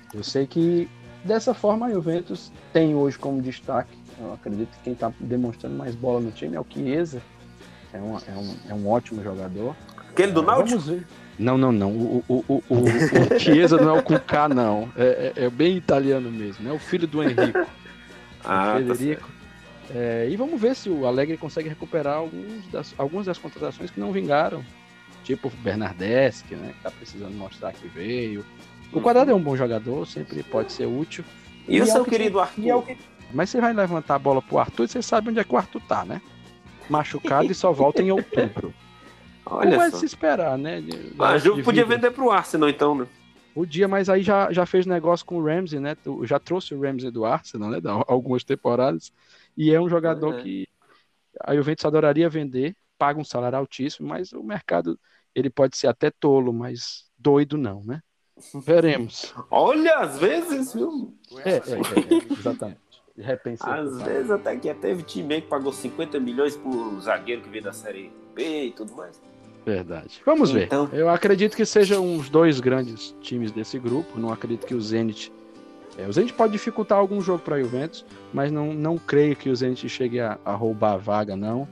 Eu sei que dessa forma a Juventus tem hoje como destaque, eu acredito que quem está demonstrando mais bola no time é o Chiesa, é um, é um, é um ótimo jogador. Aquele do É, Náutico? vamos ver. Não, não, não. O, o, o, o, o Chiesa não é o Cucá, não. É, é, é bem italiano mesmo, né? O filho do Henrico. Ah, o Federico. tá É, e vamos ver se o Allegri consegue recuperar alguns das, algumas das contratações que não vingaram. Tipo o Bernardeschi, né? Que tá precisando mostrar que veio. O Quadrado é um bom jogador, sempre pode ser útil. E, e o é seu o que querido tem, Arthur? E é o que... Mas você vai levantar a bola pro Arthur e você sabe onde é que o Arthur tá, né? Machucado e só volta em outubro. Olha Como é só. de se esperar, né? A Juve podia vida. vender pro Arsenal, então, né? Podia, mas aí já, já fez negócio com o Ramsey, né? Já trouxe o Ramsey do Arsenal, né? Há algumas temporadas. E é um jogador é. que a Juventus adoraria vender, paga um salário altíssimo, mas o mercado, ele pode ser até tolo, mas doido não, né? Veremos. Olha, às vezes, viu? É, é, é, é exatamente. Repensei. Às vezes até que teve time aí que pagou cinquenta milhões por zagueiro que veio da Série B e tudo mais. Verdade. Vamos então... ver. Eu acredito que sejam uns dois grandes times desse grupo. Não acredito que o Zenit... É, o Zenit pode dificultar algum jogo para a Juventus, mas não, não creio que o Zenit chegue a, a roubar a vaga, não.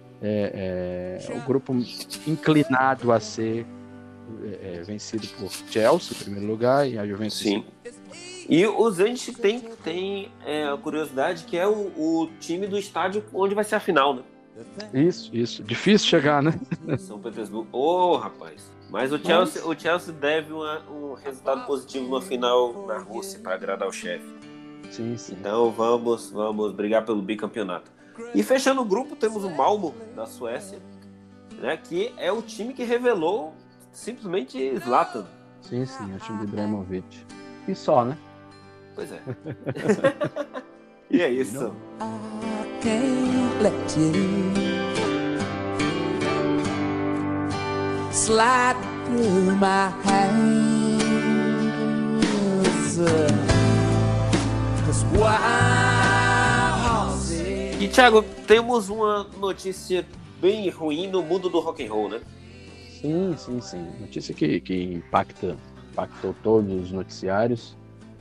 É, é, o grupo inclinado a ser é, vencido por Chelsea, em primeiro lugar, e a Juventus... Sim. E o Zenit tem, tem é, a curiosidade que é o, o time do estádio onde vai ser a final, né? Isso, isso. Difícil chegar, né? São Petersburgo. Ô, oh, rapaz. Mas o Chelsea, Mas... o Chelsea deve uma, um resultado positivo no final na Rússia para agradar o chefe. Sim, sim. Então vamos, vamos brigar pelo bicampeonato. E fechando o grupo, temos o Malmo, da Suécia, né, que é o time que revelou simplesmente Zlatan. Sim, sim. É o time de Ibrahimovic. E só, né? Pois é. E é isso. I can't let you slide through my hands. E Thiago, temos uma notícia bem ruim no mundo do rock and roll, né? Sim, sim, sim. Notícia que, que impacta, impactou todos os noticiários.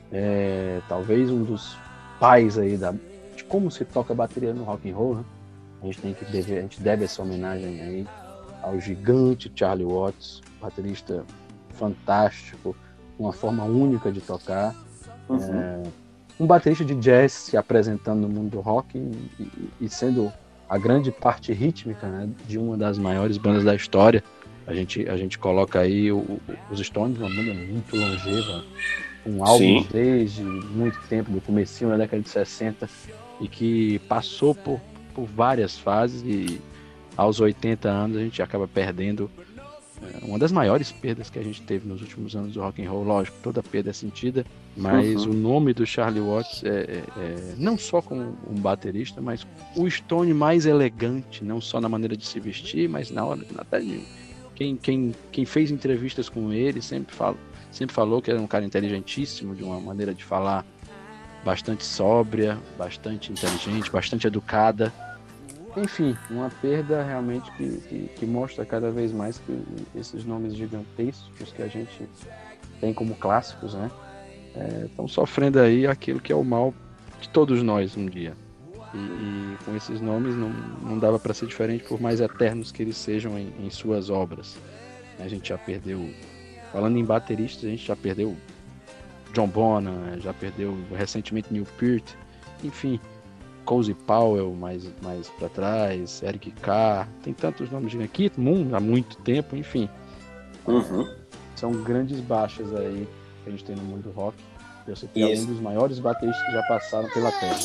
É, talvez um dos pais aí da, de como se toca bateria no rock and roll, né? A gente tem que deve, a gente deve essa homenagem aí ao gigante Charlie Watts, baterista fantástico, uma forma única de tocar, uhum. é, um baterista de jazz se apresentando no mundo do rock e, e, e sendo a grande parte rítmica, né, de uma das maiores bandas da história. A gente, a gente coloca aí o, o, os Stones, uma banda muito longeva, um álbum Sim. desde muito tempo, do comecinho da década de sessenta, e que passou por, por várias fases, e aos oitenta anos a gente acaba perdendo é, uma das maiores perdas que a gente teve nos últimos anos do rock and roll. Lógico, toda perda é sentida, mas uhum. o nome do Charlie Watts é, é, é não só como um baterista, mas o Stone mais elegante, não só na maneira de se vestir, mas na hora, até de quem, quem, quem fez entrevistas com ele sempre fala sempre falou que era um cara inteligentíssimo, de uma maneira de falar bastante sóbria, bastante inteligente, bastante educada. Enfim, uma perda realmente que, que, que mostra cada vez mais que esses nomes gigantescos que a gente tem como clássicos, né, estão é, sofrendo aí aquilo que é o mal de todos nós um dia. E, e com esses nomes não, não dava para ser diferente, por mais eternos que eles sejam em, em suas obras. A gente já perdeu... Falando em bateristas, a gente já perdeu John Bonham, já perdeu recentemente Neil Peart, enfim, Cozy Powell mais, mais para trás, Eric Carr, tem tantos nomes de Keith Moon há muito tempo, enfim. Uhum. São grandes baixas aí que a gente tem no mundo do rock. Eu sei que é um dos maiores bateristas que já passaram pela terra.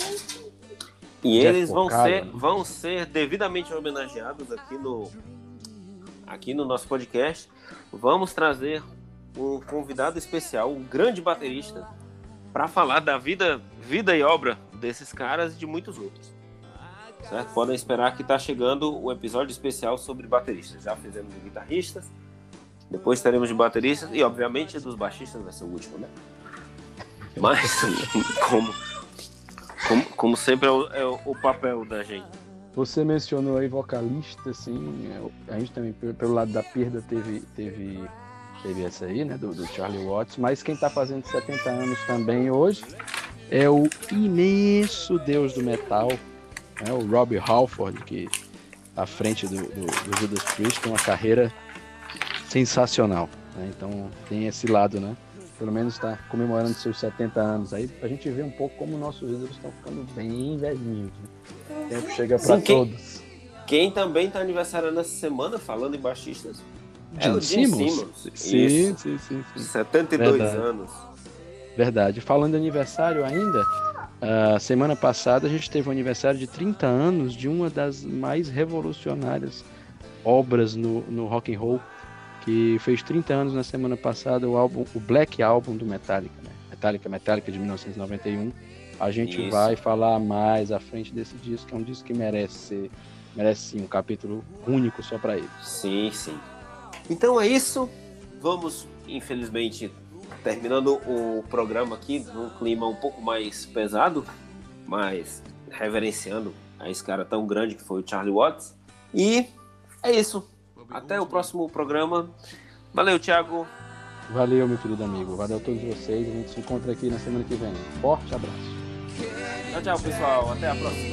E Jeff eles vão ser, vão ser devidamente homenageados aqui no, aqui no nosso podcast. Vamos trazer um convidado especial, um grande baterista, para falar da vida, vida e obra desses caras e de muitos outros. Certo? Podem esperar que está chegando o episódio especial sobre bateristas. Já fizemos de guitarristas, depois teremos de bateristas e, obviamente, dos baixistas vai ser o último, né? Mas, como, como, como sempre é o, é o papel da gente. Você mencionou aí vocalista, assim, a gente também, pelo lado da perda, teve, teve teve essa aí, né, do, do Charlie Watts, mas quem está fazendo setenta anos também hoje é o imenso deus do metal, né, o Rob Halford, que à frente do, do, do Judas Priest, tem uma carreira sensacional, né? Então tem esse lado, né? Pelo menos está comemorando seus setenta anos aí, pra gente ver um pouco como nossos ídolos estão ficando bem velhinhos, né? O tempo chega para todos. Quem também está aniversariando essa semana, falando em baixistas, é Gene o Gene Simmons? Simmons. Sim, Isso. sim, sim, sim. setenta e dois Verdade. anos. Verdade. Falando de aniversário ainda, a semana passada a gente teve o aniversário de trinta anos de uma das mais revolucionárias obras no, no rock and roll, que fez trinta anos na semana passada, o álbum, o Black Album do Metallica, né? Metallica, Metallica de mil novecentos e noventa e um. A gente Isso. vai falar mais à frente desse disco, que é um disco que merece ser, merece sim um capítulo único só para ele. Sim, sim. Então é isso. Vamos, infelizmente, terminando o programa aqui num clima um pouco mais pesado, mas reverenciando a esse cara tão grande que foi o Charlie Watts. E é isso. Até o próximo programa. Valeu, Thiago. Valeu, meu querido amigo. Valeu a todos vocês. A gente se encontra aqui na semana que vem. Forte abraço. Tchau, tchau, pessoal. Até a próxima.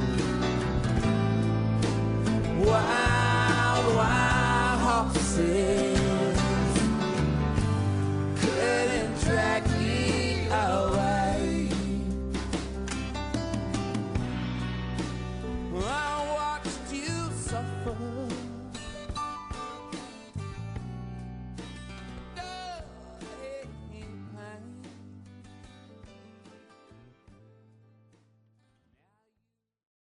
Wild, wild horses.